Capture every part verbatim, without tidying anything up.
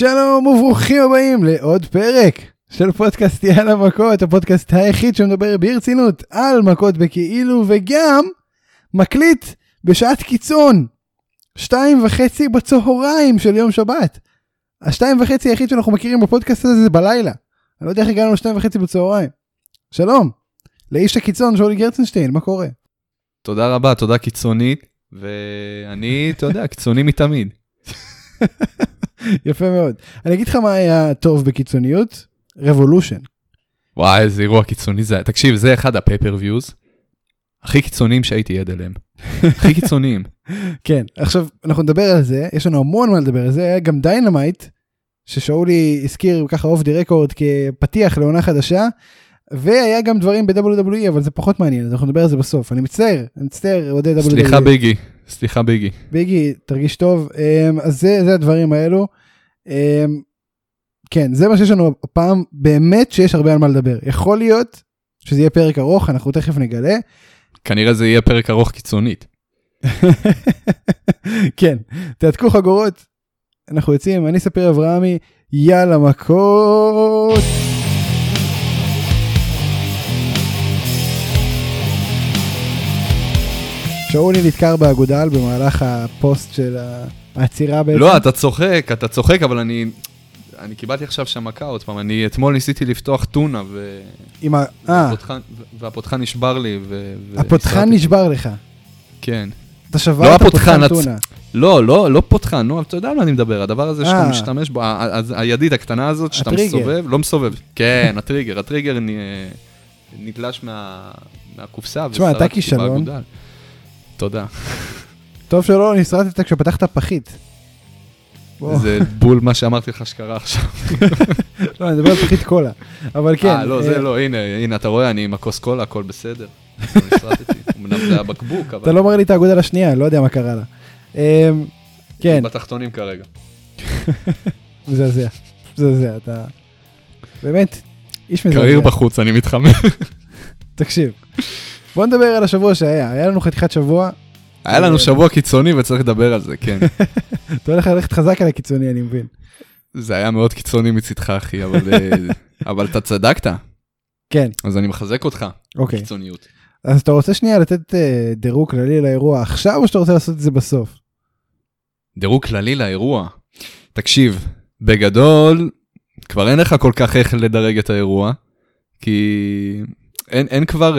שלום וברוכים הבאים לעוד פרק של פודקאסט יאללה מכות, הפודקאסט היחיד שמדבר ברצינות על מכות בכאילו וגם מקליט בשעת קיצון, שתיים וחצי בצהריים של יום שבת. השתיים וחצי היחיד שאנחנו מכירים בפודקאסט הזה זה בלילה. אני לא יודע איך הגענו לשתיים וחצי בצהריים. שלום, לאיש הקיצון שאולי גרצנשטיין, מה קורה? תודה רבה, תודה קיצונית, ואני, אתה יודע, קיצוני מתמיד. יפה מאוד. אני אגיד לך מה היה טוב בקיצוניות? רבולושן. וואי, איזה אירוע קיצוני זה. תקשיב, זה אחד הפייפר-ויוז הכי קיצוניים שהייתי יד אליהם. הכי קיצוניים. כן, עכשיו אנחנו נדבר על זה, יש לנו המון מה לדבר על זה, היה גם דיינמייט, ששאולי הזכיר ככה אוף די רקורד כפתיח לעונה חדשה, והיה גם דברים ב-דאבליו דאבליו אי, אבל זה פחות מעניין, אז אנחנו נדבר על זה בסוף. אני מצטער, אני מצטער, עודי דאבליו דאבליו אי. סליחה ביגי, סליחה ביגי. ביגי, תרגיש טוב. אז זה, זה הדברים האלו. כן, זה מה שיש לנו הפעם, באמת שיש הרבה על מה לדבר. יכול להיות שזה יהיה פרק ארוך, אנחנו תכף נגלה. כנראה זה יהיה פרק ארוך קיצונית. כן, תעתקו חגורות. אנחנו יוצאים, אני ספיר אברהמי, יאללה מכות. שאולי נתקר באגודל במהלך הפוסט של העצירה בעצם. לא, אתה צוחק, אתה צוחק, אבל אני, אני קיבלתי עכשיו שם מכה עוד פעם, אני אתמול ניסיתי לפתוח טונה, ו... עם ה... והפותחן, והפותחן נשבר לי, ו... הפותחן נשבר לך? כן. אתה שברת פותחן טונה? לא, לא, לא פותחן, נו, אתה יודע על מה אני מדבר, הדבר הזה שאתה משתמש בו, הידית הקטנה הזאת, שאתה מסובב, לא מסובב, כן, הטריגר, הטריגר נתלש מהקופסה, תשמע, אתה כישלון. תודה. טוב שלא נסרטת כשפתחת פחית. זה בול מה שאמרתי לך שקרה עכשיו. לא, אני מדבר על פחית קולה. אבל כן. אה, לא, זה לא, הנה, הנה, אתה רואה, אני עם הכוס קולה, הכל בסדר. נסרטתי. אמנם זה הבקבוק, אבל... אתה לא מראה לי את האגודל השנייה, לא יודע מה קרה לה. כן. בתחתונים כרגע. מזעזע. מזעזע, אתה... באמת, איש מזעזע. קריר בחוץ, אני מתחמם. תקשיב. בוא נדבר על השבוע שהיה. היה לנו חתיכת שבוע. היה לנו שבוע קיצוני וצריך לדבר על זה, כן. אתה הולך ללכת חזק על הקיצוני, אני מבין. זה היה מאוד קיצוני מצדך, אחי, אבל אתה צדקת. כן. אז אני מחזק אותך. אוקיי. קיצוניות. אז אתה רוצה שנייה לתת דירוג כללי לאירוע עכשיו, או שאתה רוצה לעשות את זה בסוף? דירוג כללי לאירוע. תקשיב, בגדול, כבר אין לך כל כך איך לדרג את האירוע, כי אין, אין כבר...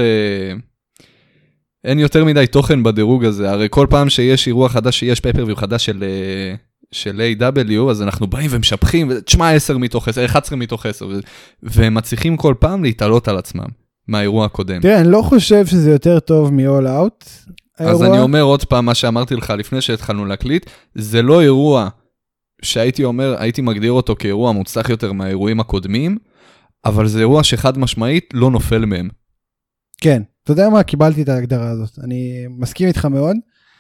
אין יותר מדי תוכן בדירוג הזה, הרי כל פעם שיש אירוע חדש, שיש פייפריוויו חדש של, של איי דאבליו, אז אנחנו באים ומשפחים, ותשמע עשר מתוך עשר, אחת עשרה מתוך עשר, והם מצליחים כל פעם להתעלות על עצמם, מהאירוע הקודם. תראה, אני לא חושב שזה יותר טוב מ-all out, האירוע. אז אני אומר עוד פעם, מה שאמרתי לך לפני שהתחלנו להקליט, זה לא אירוע שהייתי אומר, הייתי מגדיר אותו כאירוע מוצלח יותר מהאירועים הקודמים, אבל זה אירוע שחד משמעית לא נופל מהם. כן. אתה יודע מה? קיבלתי את ההגדרה הזאת. אני מסכים איתך מאוד.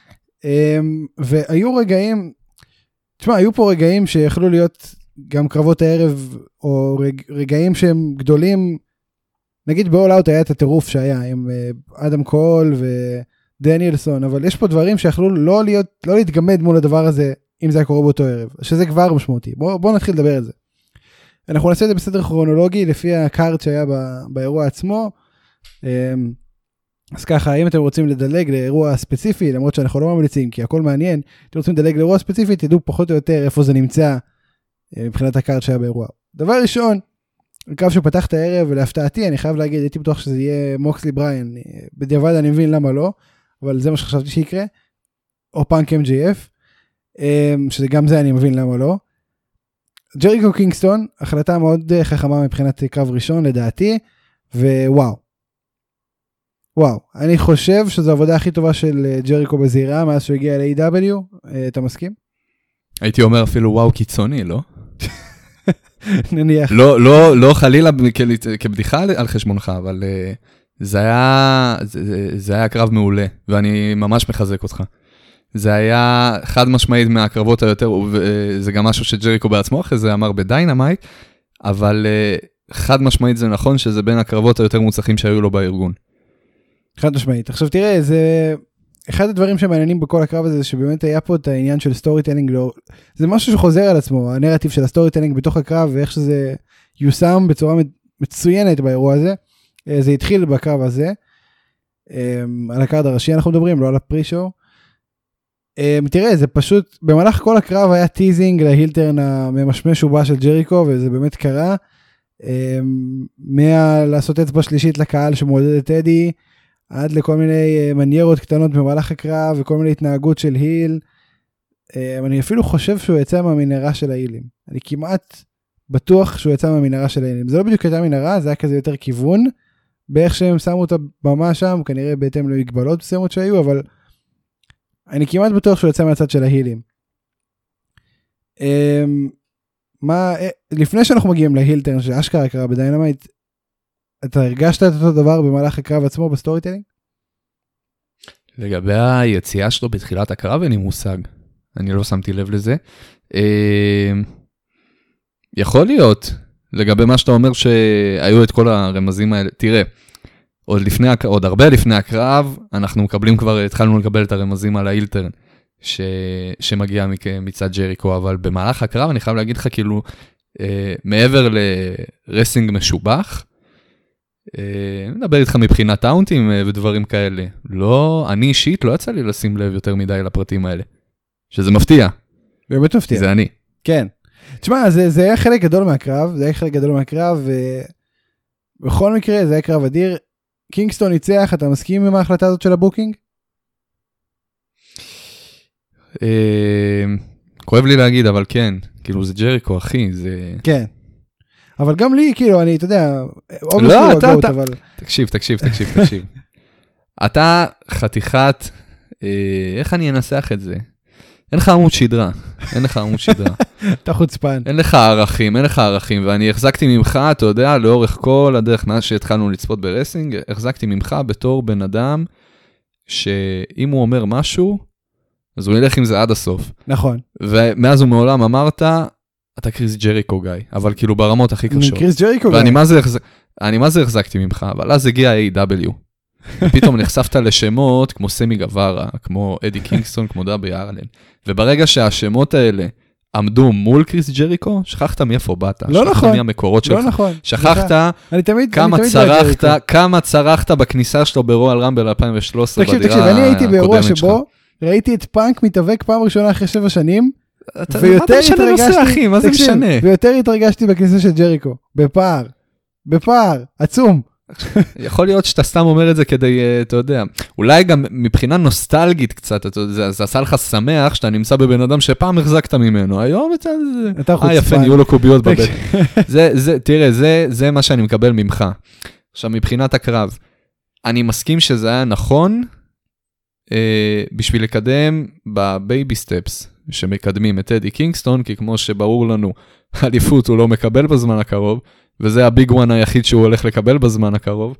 והיו רגעים, תשמע, היו פה רגעים שיכלו להיות גם קרבות הערב, או רגעים שהם גדולים, נגיד ב-all out היה את הטירוף שהיה, עם אדם קול ודניאלסון, אבל יש פה דברים שיכלו לא להיות, לא להתגמד מול הדבר הזה, אם זה היה קורה באותו ערב, שזה כבר משמעותי. בוא, בוא נתחיל לדבר על זה. אנחנו נעשה את זה בסדר כרונולוגי, לפי הקארט שהיה באירוע עצמו, אז ככה, אם אתם רוצים לדלג לאירוע ספציפי, למרות שאנחנו לא ממליצים, כי הכל מעניין, אתם רוצים לדלג לאירוע ספציפי, תדעו פחות או יותר איפה זה נמצא, מבחינת הקארט שהיה באירוע. דבר ראשון, הקרב שפתח את הערב, ולהפתעתי, אני חייב להגיד, הייתי בטוח שזה יהיה מוקסלי בריין, בדיעבד אני מבין למה לא, אבל זה מה שחשבתי שיקרה, או פאנק אם ג'י אף, שזה גם זה אני מבין למה לא. ג'ריקו קינגסטון, החלטה מאוד חכמה מבחינת קרב ראשון, לדעתי, ווואו. וואו, אני חושב שזו העבודה הכי טובה של ג'ריקו בזירה, מאז שהוא הגיע ל-איי דאבליו, אתה מסכים? הייתי אומר אפילו וואו קיצוני, לא? נניח. לא, לא, לא חלילה כבדיחה על חשבונך, אבל זה היה, זה, זה היה קרב מעולה, ואני ממש מחזק אותך. זה היה חד משמעית מהקרבות היותר, וזה גם משהו שג'ריקו בעצמו אחרי זה אמר בדיינמייט, אבל חד משמעית זה נכון שזה בין הקרבות היותר מוצלחים שהיו לו בארגון. חד משמעית. עכשיו תראה, זה, אחד הדברים שמעניינים בכל הקרב הזה, זה שבאמת היה פה את העניין של סטורי טלינג, לא, זה משהו שחוזר על עצמו, הנרטיב של הסטורי טלינג בתוך הקרב, ואיך שזה יושם בצורה מצוינת באירוע הזה, זה התחיל בקרב הזה, על הקארד הראשי אנחנו מדברים, לא על הפרי-שואו, תראה, זה פשוט, במהלך כל הקרב היה טיזינג להילטרן הממשמש ובא של ג'ריקו, וזה באמת קרה, מה לעשות אצבע שלישית לקהל שמעודד את טדי, עד לכל מיני מניירות קטנות במהלך הקרב, וכל מיני התנהגות של היל, אני אפילו חושב שהוא יצא מהמנהרה של ההילים, אני כמעט בטוח שהוא יצא מהמנהרה של ההילים, זה לא בדיוק הייתה מנהרה, זה היה כזה יותר כיוון, באיך שהם שמו את הבמה שם, כנראה בהתאם למגבלות מסוימות שהיו, אבל אני כמעט בטוח שהוא יצא מהצד של ההילים. מה, לפני שאנחנו מגיעים להילטרן שאשכרה קרה בדיינמייט, אתה הרגשת את אותו דבר במהלך הקרב עצמו בסטורי טלינג? לגבי היציאה שלו בתחילת הקרב אין לי מושג, אני לא שמתי לב לזה. יכול להיות, לגבי מה שאתה אומר שהיו את כל הרמזים האלה, תראה, עוד, לפני, עוד הרבה לפני הקרב, אנחנו מקבלים כבר, התחלנו לקבל את הרמזים על ההילטרן, ש, שמגיע מצד ג'ריקו, אבל במהלך הקרב אני חייב להגיד לך כאילו, אה, מעבר לרסינג משובח, אה, מדבר איתך מבחינת טאונטים אה, ודברים כאלה, לא, אני אישית לא יצא לי לשים לב יותר מדי לפרטים האלה, שזה מפתיע. באמת מפתיע. זה אני. כן. תשמע, זה, זה היה חלק גדול מהקרב, זה היה חלק גדול מהקרב, ובכל מקרה זה היה קרב אדיר, קינגסטון ניצח, אתה מסכים עם ההחלטה הזאת של הבוקינג? כואב לי להגיד, אבל כן, כאילו זה ג'ריקו, אחי, זה... כן, אבל גם לי, כאילו, אני, אתה יודע, לא, אתה, אתה, תקשיב, תקשיב, תקשיב, תקשיב. אתה חתיכת, איך אני אנסח את זה? אין לך עמוד שדרה, אין לך עמוד שדרה. אתה חוצפן. אין לך ערכים, אין לך ערכים, ואני החזקתי ממך, אתה יודע, לאורך כל הדרך, מאז שהתחלנו לצפות ברסינג, החזקתי ממך בתור בן אדם, שאם הוא אומר משהו, אז הוא ילך עם זה עד הסוף. נכון. ומאז ומעולם אמרת, אתה קריס ג'ריקו גיא, אבל כאילו ברמות הכי קשות. אני קריס ג'ריקו גיא. ואני מה זה, אני מה זה החזקתי ממך, אבל אז הגיע איי דאבליו. ופתאום נחשפת לשמות כמו סמי גווארה, כמו אדי קינגסטון, כמו דאבי ארלן. וברגע שהשמות האלה עמדו מול קריס ג'ריקו, שכחת מאיפה באת. לא נכון. שכחת מהמקורות שלך. לא נכון. שכחת אני תמיד, כמה אני תמיד צרחת, כמה צרחת בכניסה שלו ברועל רמבל אלפיים ושלוש עשרה תקשיב, תקשיב, אני הייתי באירוע שבו ראיתי את פאנק מתאבק פעם ראשונה אחרי שבע שנים, ויותר התרגשתי, מה זה משנה? ויותר התרגשתי בכניסה של ג'ריקו, בפער, בפער, עצום. יכול להיות שאתה סתם אומר את זה כדי, אתה יודע, אולי גם מבחינה נוסטלגית קצת, זה עשה לך שמח שאתה נמצא בבן אדם שפעם החזקת ממנו, היום אתה חוצפן. אה, יפה, נהיו לו קוביות בבית. תראה, זה מה שאני מקבל ממך. עכשיו, מבחינת הקרב, אני מסכים שזה היה נכון, בשביל לקדם בבייבי סטפס, שמקדמים את טדי קינגסטון, כי כמו שברור לנו, אליפות הוא לא מקבל בזמן הקרוב, וזה הביג וואן היחיד שהוא הולך לקבל בזמן הקרוב,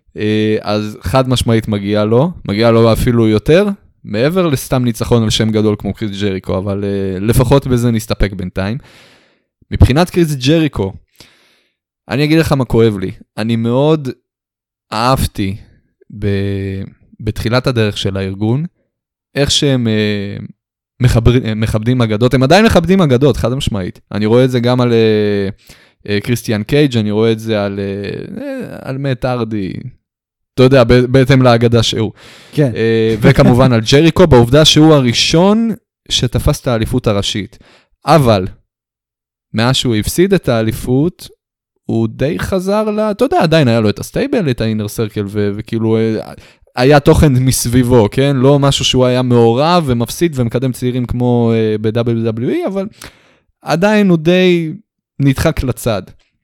אז חד משמעית מגיע לו, מגיע לו אפילו יותר, מעבר לסתם ניצחון על שם גדול כמו קריס ג'ריקו, אבל לפחות בזה נסתפק בינתיים. מבחינת קריס ג'ריקו, אני אגיד לך מה כואב לי, אני מאוד אהבתי ב... בתחילת הדרך של הארגון, איך שהם מחבר... מכבדים אגדות, הם עדיין מכבדים אגדות, חד משמעית. אני רואה את זה גם על קריסטיאן קייג', אני רואה את זה על, על מאט הרדי, אתה יודע, בהתאם לאגדה שהוא. כן. וכמובן על ג'ריקו, בעובדה שהוא הראשון שתפס את האליפות הראשית. אבל, מאז שהוא הפסיד את האליפות, הוא די חזר לה, אתה יודע, עדיין היה לו את הסטייבל, את האינר סרקל, ו- וכאילו היה תוכן מסביבו, כן? לא משהו שהוא היה מעורב ומפסיד ומקדם צעירים כמו uh, ב-דאבליו דאבליו אי, אבל עדיין הוא די נדחק לצד.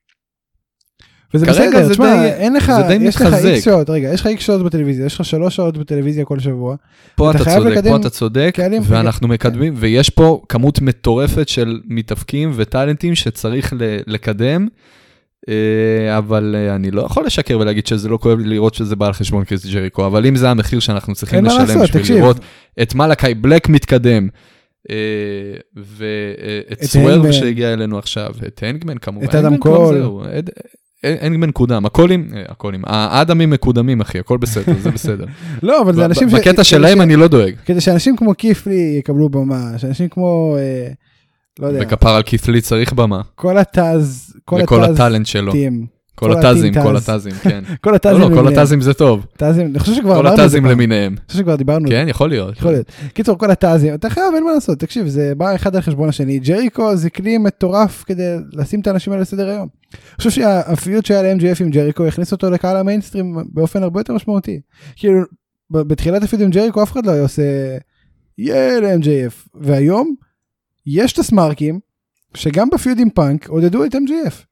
וזה בסדר, תשמע, אין לך, יש לך איקס שעות, רגע, יש לך איקס שעות בטלוויזיה, יש לך שלוש שעות בטלוויזיה כל שבוע. פה אתה צודק, פה אתה צודק, ואנחנו מקדמים, ויש פה כמות מטורפת של מתאבקים וטלנטים שצריך לקדם, אבל אני לא יכול לשקר ולהגיד שזה לא כואב לי לראות שזה בא על חשבון קריס ג'ריקו, אבל אם זה המחיר שאנחנו צריכים לשלם בשביל לראות את מלאקי בלק מתקדם, ואת סוורב שהגיע אלינו עכשיו, את הנגמן כמובן, את אדם קול, אין מקודם, הקולים, הקולים, האדמים מקודמים, אחי, הכל בסדר, זה בסדר. לא, אבל זה אנשים... בקטע שלהם אני לא דואג. כדי שאנשים כמו כיפלי יקבלו במה, שאנשים כמו, לא יודע. וכפר על כיפלי צריך במה. כל הטז, וכל הטלנט שלו. כל הטזים, כל הטזים, כן. כל הטזים למיניהם. כל הטזים זה טוב. אני חושב שכבר כל הטזים למיניהם. אני חושב שכבר דיברנו. כן, יכול להיות. יכול להיות. קיצור, כל הטזים, אתה חייב, אין מה לעשות, תקשיב, זה בא אחד על חשבון השני. ג'ריקו זה כלי מטורף כדי לשים את האנשים האלה לסדר היום. אני חושב שהפיוט שהיה ל-אם ג'י אף עם ג'ריקו הכניס אותו לקהל המיינסטרים באופן הרבה יותר משמעותי. כאילו, בתחילת הפיוט עם ג'ריקו אף אחד לא היה עושה יאה ל-אם ג'י אף. והיום יש את הסמארקים שגם בפיוט עם פאנק עודדו את אם ג'י אף.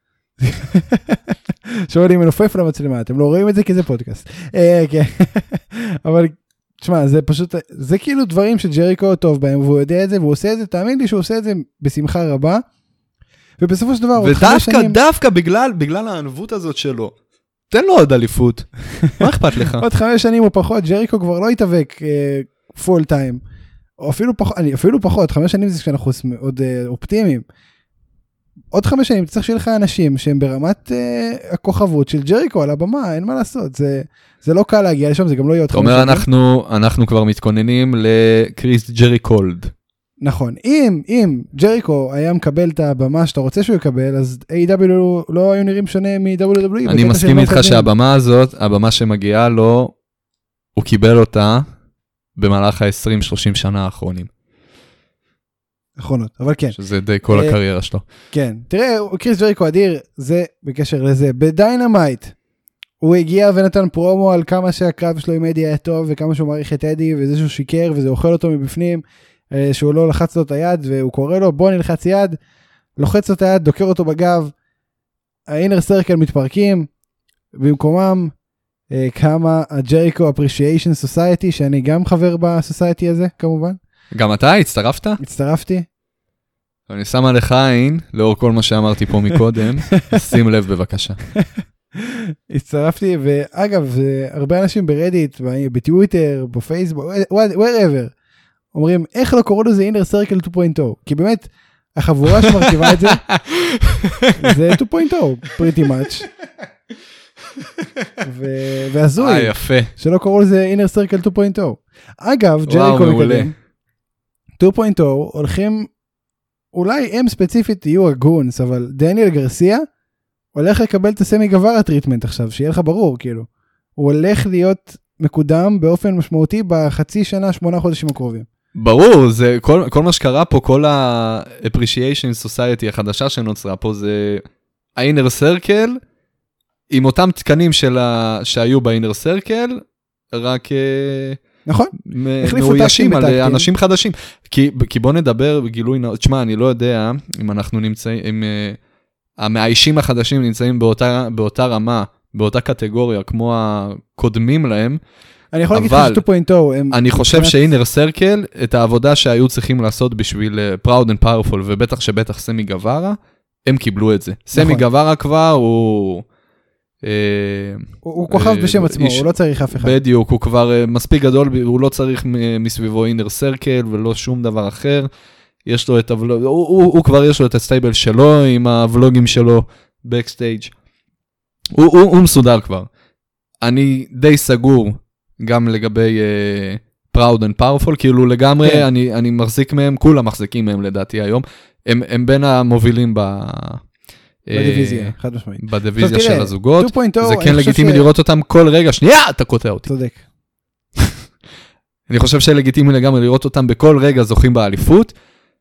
שואלים מנופף למצלמה, אתם לא רואים את זה כי זה פודקאסט. אבל תשמע, זה פשוט, זה כאילו דברים שג'ריקו טוב בהם, והוא יודע את זה, והוא עושה את זה, תאמין לי שהוא עושה את זה בשמחה רבה, ובסופו של דבר, ודווקא, דווקא בגלל, בגלל הענבות הזאת שלו, תן לו עוד אליפות, מה אכפת לך? עוד חמש שנים או פחות, ג'ריקו כבר לא יתאבק פול טיים, או אפילו פחות, אפילו פחות, חמש שנים זה כשאנחנו עוד אופטימיים, עוד חמש שנים צריך שיהיה לך אנשים שהם ברמת uh, הכוכבות של ג'ריקו על הבמה, אין מה לעשות, זה, זה לא קל להגיע לשם, זה גם לא יהיה עוד חמש שנים. זאת אומרת, אנחנו, אנחנו כבר מתכוננים לקריס ג'ריקולד. נכון, אם, אם ג'ריקו היה מקבל את הבמה שאתה רוצה שהוא יקבל, אז איי דאבליו לא היו נראים שונה מ-דאבליו דאבליו אי. אני מסכים איתך שהבמה הזאת, הבמה שמגיעה לו, הוא קיבל אותה במהלך ה-עשרים שלושים שנה האחרונים. נכונות, אבל כן. שזה די כל הקריירה שלו. כן, תראה, קריס ג'ריקו אדיר, זה בקשר לזה. בדיינמייט, הוא הגיע ונתן פרומו על כמה שהקרב שלו עם אדי היה טוב, וכמה שהוא מעריך את אדי, וזה שהוא שיקר, וזה אוכל אותו מבפנים, שהוא לא לחץ לו את היד, והוא קורא לו, בוא נלחץ יד, לוחץ לו את היד, דוקר אותו בגב, האינר סרקל מתפרקים, במקומם כמה הג'ריקו אפרישיישן סוסייטי, שאני גם חבר בסוסייטי הזה, כמובן. גם אתה הצטרפת? הצטרפתי. אני שם עליך עין, לאור כל מה שאמרתי פה מקודם, שים לב בבקשה. הצטרפתי, ואגב, הרבה אנשים ברדיט, בטוויטר, בפייסבוק, wherever, אומרים, איך לא קוראו לזה אינר סרקל שתיים נקודה אפס? כי באמת, החבורה שמרכיבה את זה, זה שתיים נקודה אפס, pretty much. והזוי, שלא קוראו לזה אינר סרקל שתיים נקודה אפס. אגב, ג'ריקו מקדם, שתיים נקודה אפס הולכים, אולי הם ספציפית יהיו הגונס, אבל דניאל גרסיה הולך לקבל את הסמי גווארה טריטמנט עכשיו, שיהיה לך ברור, כאילו. הוא הולך להיות מקודם באופן משמעותי בחצי שנה, שמונה חודשים הקרובים. ברור, זה כל, כל מה שקרה פה, כל ה-appreciation society החדשה שנוצרה פה, זה ה-inner circle, עם אותם תקנים של ה... שהיו ב-inner circle, רק... נכון, מאוישים על אנשים חדשים, כי, כי בוא נדבר בגילוי נאות, תשמע, אני לא יודע אם אנחנו נמצאים, אם uh, המאיישים החדשים נמצאים באותה, באותה רמה, באותה קטגוריה, כמו הקודמים להם, אני יכול להגיד לך ש-שתיים נקודה אפס, אני חושב שאינר סרקל, את העבודה שהיו צריכים לעשות בשביל Proud and Powerful, ובטח שבטח סמי גווארה, הם קיבלו את זה. סמי גווארה כבר הוא... הוא כוכב בשם עצמו, הוא לא צריך אף אחד. בדיוק, הוא כבר מספיק גדול, הוא לא צריך מסביבו אינר סרקל ולא שום דבר אחר. יש לו את הוולוג, הוא כבר יש לו את הסטייבל שלו עם הוולוגים שלו בקסטייג'. הוא מסודר כבר. אני די סגור גם לגבי Proud and Powerful, כאילו לגמרי אני מחזיק מהם, כולם מחזיקים מהם לדעתי היום. הם בין המובילים ב... בדיוויזיה, חד משמעית. בדיוויזיה של הזוגות, זה כן לגיטימי לראות אותם כל רגע, שנייה, אתה קוטע אותי. צודק. אני חושב שלגיטימי לגמרי לראות אותם בכל רגע זוכים באליפות,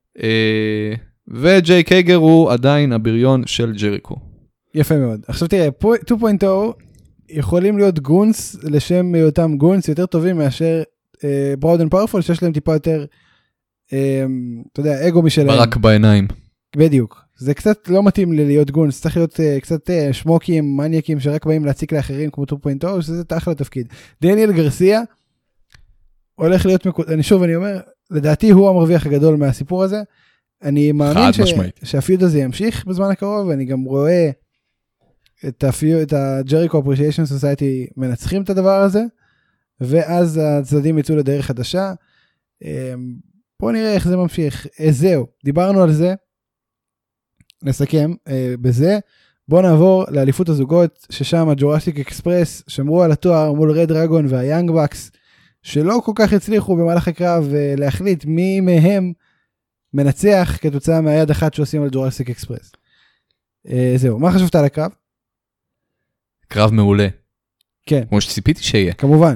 וג'יי קייגר הוא עדיין הבריון של ג'ריקו. יפה מאוד. עכשיו תראה, שתיים נקודה אפס יכולים להיות גונס לשם אותם גונס יותר טובים מאשר Proud and Powerful, שיש להם טיפה יותר, אתה יודע, אגו משלהם. ברק בעיניים. בדיוק. זה קצת לא מתאים להיות גונס, צריך להיות uh, קצת uh, שמוקים, מניאקים, שרק באים להציק לאחרים כמו שתיים נקודה אפס, שזה תחלה תפקיד. דניאל גרסיה, הולך להיות, מקוד... אני שוב, אני אומר, לדעתי הוא המרוויח הגדול מהסיפור הזה, אני מאמין ש... שהפיוד הזה ימשיך בזמן הקרוב, ואני גם רואה את, הפיוד, את ה-Jericho Appreciation Society מנצחים את הדבר הזה, ואז הצדדים יצאו לדרך חדשה, בואו נראה איך זה ממשיך, זהו, דיברנו על זה, נסכם uh, בזה, בואו נעבור לאליפות הזוגות, ששם הג'ורסיק אקספרס שמרו על התואר מול רד דרגון והיאנג בקס, שלא כל כך הצליחו במהלך הקרב להחליט מי מהם מנצח כתוצאה מהיד אחת שעושים על ג'ורסיק אקספרס. זהו, מה חשבת על הקרב? קרב מעולה. כן. כמו שציפיתי שיהיה. כמובן.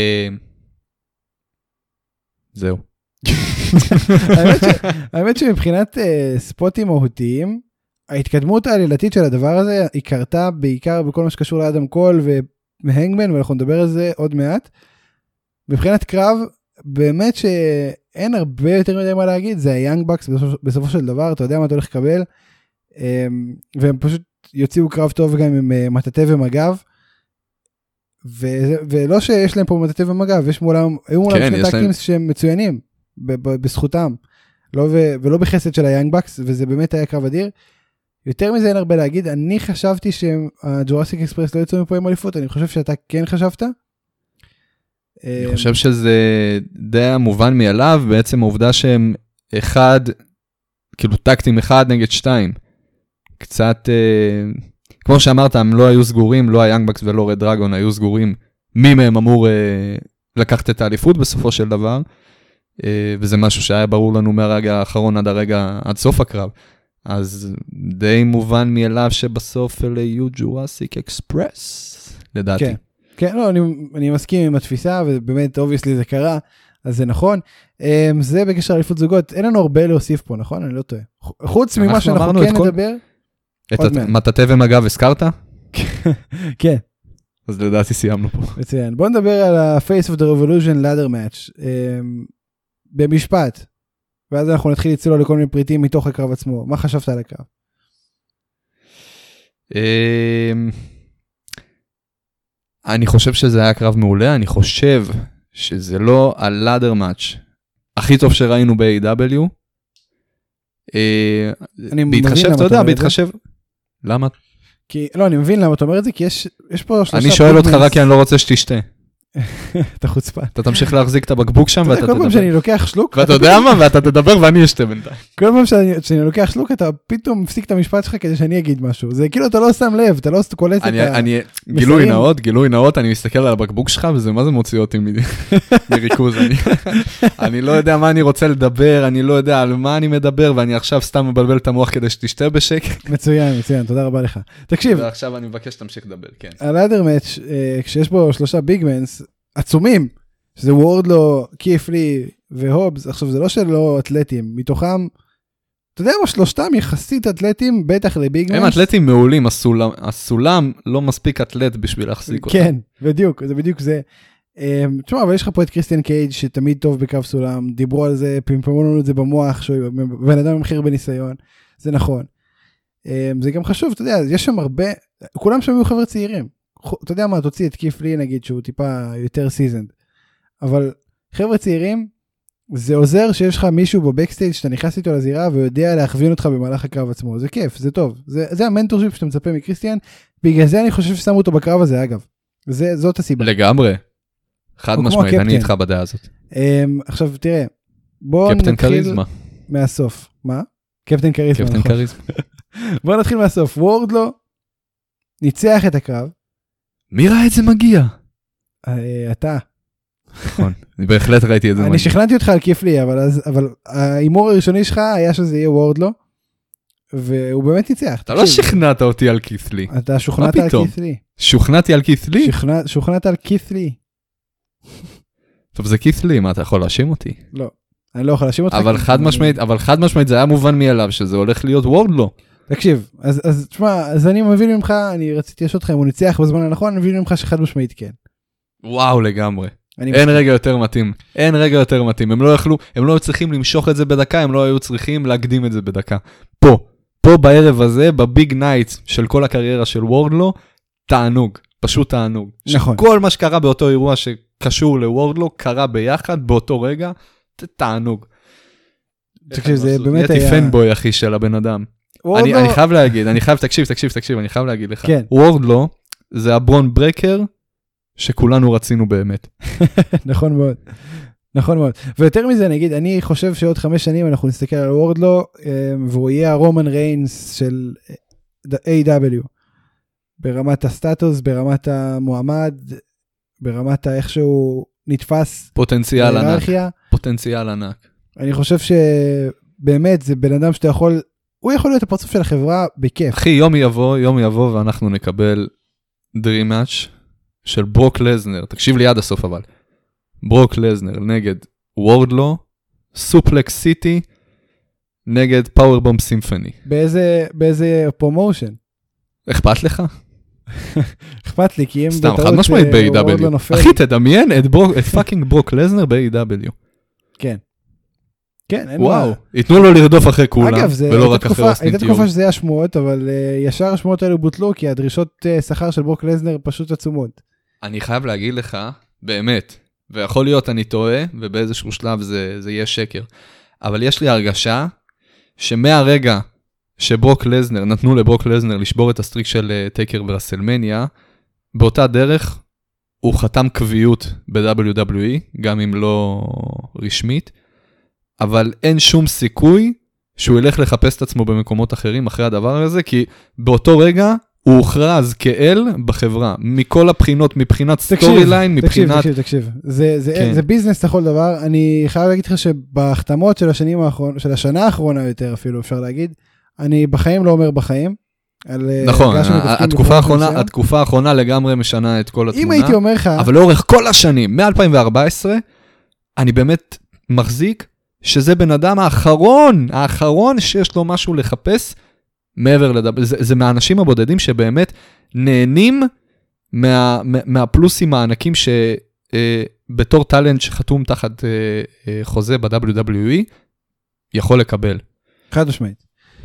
זהו. האמת שמבחינת ספוטים מהותיים, ההתקדמות העלילתית של הדבר הזה היא קרתה בעיקר בכל מה שקשור לאדם קול ומהנגמן, ואנחנו נדבר על זה עוד מעט. מבחינת קרב, באמת שאין הרבה יותר מדי מה להגיד, זה היאנג בקס בסופו של דבר, אתה יודע מה אתה הולך לקבל, והם פשוט יוציאו קרב טוב גם עם מטאטא ומגב, ולא שיש להם פה מטאטא ומגב, יש מולם, היו מולם שני טאקים שהם מצוינים, בזכותם, ולא בחסד של היאנג בקס, וזה באמת היה קרב אדיר. יותר מזה אין הרבה להגיד, אני חשבתי שהג'ורסיק אקספרס לא יצאו מפה עם אליפות, אני חושב שאתה כן חשבת? אני חושב שזה די המובן מאליו, בעצם העובדה שהם אחד, כאילו טקטים אחד נגד שתיים, קצת, כמו שאמרת, הם לא היו סגורים, לא היאנג בקס ולא רד דרגון היו סגורים, מי מהם אמור לקחת את האליפות בסופו של דבר, וזה משהו שהיה ברור לנו מהרגע האחרון עד הרגע, עד סוף הקרב. אז די מובן מאליו שבסוף אלה יהיו ג'ורסיק אקספרס, לדעתי. כן, כן, לא, אני, אני מסכים עם התפיסה, ובאמת, obviously זה קרה, אז זה נכון. זה בקשר לאליפות זוגות, אין לנו הרבה להוסיף פה, נכון? אני לא טועה. חוץ ממה שאנחנו כן נדבר. את מטאטא ומגב הזכרת? כן. אז לדעתי סיימנו פה. מצוין. בוא נדבר על ה-Face of the Revolution ladder match. במשפט. ואז אנחנו נתחיל לצלול לכל מיני פריטים מתוך הקרב עצמו. מה חשבת על הקרב? אני חושב שזה היה קרב מעולה. אני חושב שזה לא ה-ladder match הכי טוב שראינו ב-איי דאבליו. בהתחשב, אתה יודע, בהתחשב. למה? כי, לא, אני מבין למה אתה אומר את זה, כי יש, יש פה שלושה... אני שואל אותך רק כי אני לא רוצה שתשתה. אתה חוצפה. אתה תמשיך להחזיק את הבקבוק שם ואתה תדבר. כל פעם שאני לוקח שלוק... ואתה יודע מה? ואתה תדבר ואני אשתה בינתיים. כל פעם שאני לוקח שלוק, אתה פתאום מפסיק את המשפט שלך כדי שאני אגיד משהו. זה כאילו אתה לא שם לב, אתה לא קולט את ה... גילוי נאות, גילוי נאות, אני מסתכל על הבקבוק שלך, וזה מה זה מוציא אותי מריכוז. אני לא יודע מה אני רוצה לדבר, אני לא יודע על מה אני מדבר, ואני עכשיו סתם מבלבל את המוח כדי שתשתה בשקט. מצוין, מצוין, תודה רבה לך. תקשיב. ועכשיו אני מבקש שתמשיך לדבר, כן. הלאדר מאץ', כשיש בו שלושה ביגמנס עצומים, שזה וורדלו, קיפלי והובס, עכשיו זה לא שלא אתלטים, מתוכם, אתה יודע מה, שלושתם יחסית אתלטים, בטח לביגמנס. הם אתלטים מעולים, הסולם, הסולם לא מספיק אתלט בשביל להחזיק אותם. כן, בדיוק, זה בדיוק זה. תשמע, אבל יש לך פה את קריסטיאן קייג' שתמיד טוב בקו סולם, דיברו על זה, פמפמו לנו את זה במוח, שהוא בן אדם ממחיר בניסיון, זה נכון. זה גם חשוב, אתה יודע, יש שם הרבה, כולם שם היו חבר'ה צעירים. אתה יודע מה, תוציא את קיפלי נגיד שהוא טיפה יותר סיזנד, אבל חבר'ה צעירים, זה עוזר שיש לך מישהו בבקסטייג' שאתה נכנס איתו לזירה ויודע להכווין אותך במהלך הקרב עצמו, זה כיף, זה טוב, זה, זה המנטורשיפ שאתה מצפה מקריסטיאן, בגלל זה אני חושב ששמו אותו בקרב הזה אגב, זה, זאת הסיבה. לגמרי, חד משמעית, אני איתך בדעה הזאת. עכשיו תראה, בואו נתחיל קריזמה. מהסוף, מה? קפטן קריזמה. קפטן קריזמה. בואו נתחיל מהסוף, וורדלו ניצח את הקרב, מי ראה את זה מגיע? אתה. נכון, אני בהחלט ראיתי את זה מגיע. אני שכנעתי אותך על קיפלי, אבל האימור הראשוני שלך היה שזה יהיה וורדלו, והוא באמת ניצח. אתה לא שכנעת אותי על קיפלי. אתה שוכנעת על קיפלי. שוכנעתי על קיפלי? שוכנעת על קיפלי. טוב, זה קיפלי, מה, אתה יכול להאשים אותי? לא, אני לא יכול להאשים אותך. אבל חד משמעית, אבל חד משמעית זה היה מובן מאליו, שזה הולך להיות וורדלו. תקשיב, אז, אז תשמע, אז אני מבין ממך, אני רציתי לשאול אותך אם הוא ניצח בזמן הנכון, אני מבין ממך שחד משמעית כן. וואו, לגמרי. אין מסכים. רגע יותר מתאים. אין רגע יותר מתאים. הם לא יכלו, הם לא צריכים למשוך את זה בדקה, הם לא היו צריכים להקדים את זה בדקה. פה, פה בערב הזה, בביג נייט של כל הקריירה של וורדלו, תענוג, פשוט תענוג. נכון. כל מה שקרה באותו אירוע שקשור לוורדלו, קרה ביחד באותו רגע, תענוג. תקשיב, זה באמת היה... הייתי פנבוי, אחי, של הבן אדם. אני, אני חייב להגיד, אני חייב, תקשיב, תקשיב, תקשיב, אני חייב להגיד לך. כן. וורדלו, זה הברון ברקר, שכולנו רצינו באמת. נכון מאוד. נכון מאוד. ויותר מזה, נגיד, אני חושב שעוד חמש שנים אנחנו נסתכל על וורדלו, והוא יהיה הרומן ריינס של איי דאבליו. ברמת הסטטוס, ברמת המועמד, ברמת איך שהוא נתפס. פוטנציאל ענק. פוטנציאל ענק. אני חושב שבאמת זה בן אדם שאתה יכול, הוא יכול להיות הפרצוף של החברה בכיף. אחי, יום יבוא, יום יבוא ואנחנו נקבל דרים מאץ' של ברוק לזנר. תקשיב לי עד הסוף אבל. ברוק לזנר נגד וורדלו, סופלקס סיטי, נגד פאוורבום סימפוני. באיזה, באיזה פרומושן? אכפת לך? אכפת לי, כי אם סתם, חד משמעית ב-איי דאבליו. אחי, תדמיין את פאקינג ברוק לזנר ב-איי דאבליו. כן. כן, אין וואו, ייתנו לו לרדוף אחרי כולם, אגב, ולא רק אחרי אוסטין הייתה תיאום. תקופה שזה היה שמועות, אבל ישר השמועות האלו בוטלו, כי הדרישות שכר של ברוק לזנר פשוט עצומות. אני חייב להגיד לך, באמת, ויכול להיות אני טועה, ובאיזשהו שלב זה, זה יהיה שקר. אבל יש לי הרגשה שמהרגע שברוק לזנר, נתנו לברוק לזנר לשבור את הסטריק של טייקר ברסלמניה, באותה דרך הוא חתם קביעות ב-דאבליו דאבליו אי, גם אם לא רשמית, אבל אין שום סיכוי שהוא ילך לחפש את עצמו במקומות אחרים אחרי הדבר הזה, כי באותו רגע הוא הוכרז כאל בחברה, מכל הבחינות, מבחינת סטורי ליין, מבחינת... תקשיב, תקשיב, תקשיב. זה, זה, כן. זה ביזנס לכל דבר. אני חייב להגיד לך שבהחתמות של השנים האחרונה, של השנה האחרונה יותר אפילו, אפשר להגיד, אני בחיים לא אומר בחיים. נכון, התקופה האחרונה, התקופה האחרונה לגמרי משנה את כל התמונה. אם הייתי אומר לך... אבל לאורך כל השנים, מ-אלפיים וארבע עשרה, אני באמת מחזיק שזה בן אדם האחרון, האחרון שיש לו משהו לחפש, מעבר לדבר, זה, זה מהאנשים הבודדים שבאמת נהנים מה, מהפלוסים הענקים שבתור טלנט שחתום תחת חוזה ב-דאבליו דאבליו אי יכול לקבל. חד משמעית.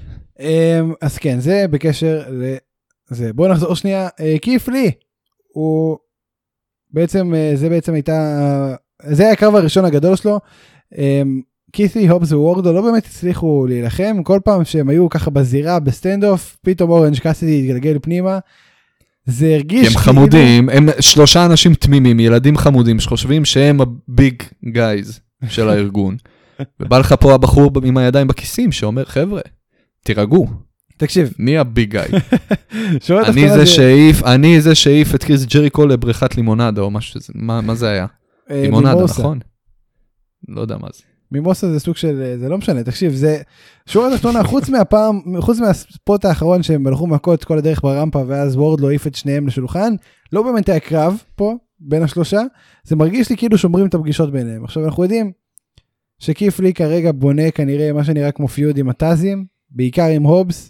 אז כן, זה בקשר לזה. בואו נחזור שנייה. כיף לי, הוא בעצם, זה בעצם הייתה, זה היה הקרב הראשון הגדול שלו. קית'י, הובס וורדו לא באמת הצליחו להילחם, כל פעם שהם היו ככה בזירה, בסטנד אוף, פתאום אורנג' קאסידי התגלגל פנימה, זה הרגיש... הם חמודים, הם שלושה אנשים תמימים, ילדים חמודים, שחושבים שהם הביג גייז של הארגון, ובא לך פה הבחור עם הידיים בכיסים, שאומר, חבר'ה, תירגעו. תקשיב. מי הביג גאי? אני זה שאיף, אני זה שאיף את קריס ג'ריקו לבריכת לימונדה, או משהו, מה זה היה? לימונדה, נכון? לא יודע מה זה. מימוסה זה סוג של, זה לא משנה, תקשיב, זה שורה תחתונה, חוץ מהפעם, חוץ מהספוט האחרון שהם הלכו מכות כל הדרך ברמפה, ואז וורד לא העיף את שניהם לשולחן, לא באמת היה קרב פה, בין השלושה, זה מרגיש לי כאילו שומרים את הפגישות ביניהם. עכשיו אנחנו יודעים, שכיף לי כרגע בונה כנראה מה שנראה כמו פיוד עם הטזים, בעיקר עם הובס.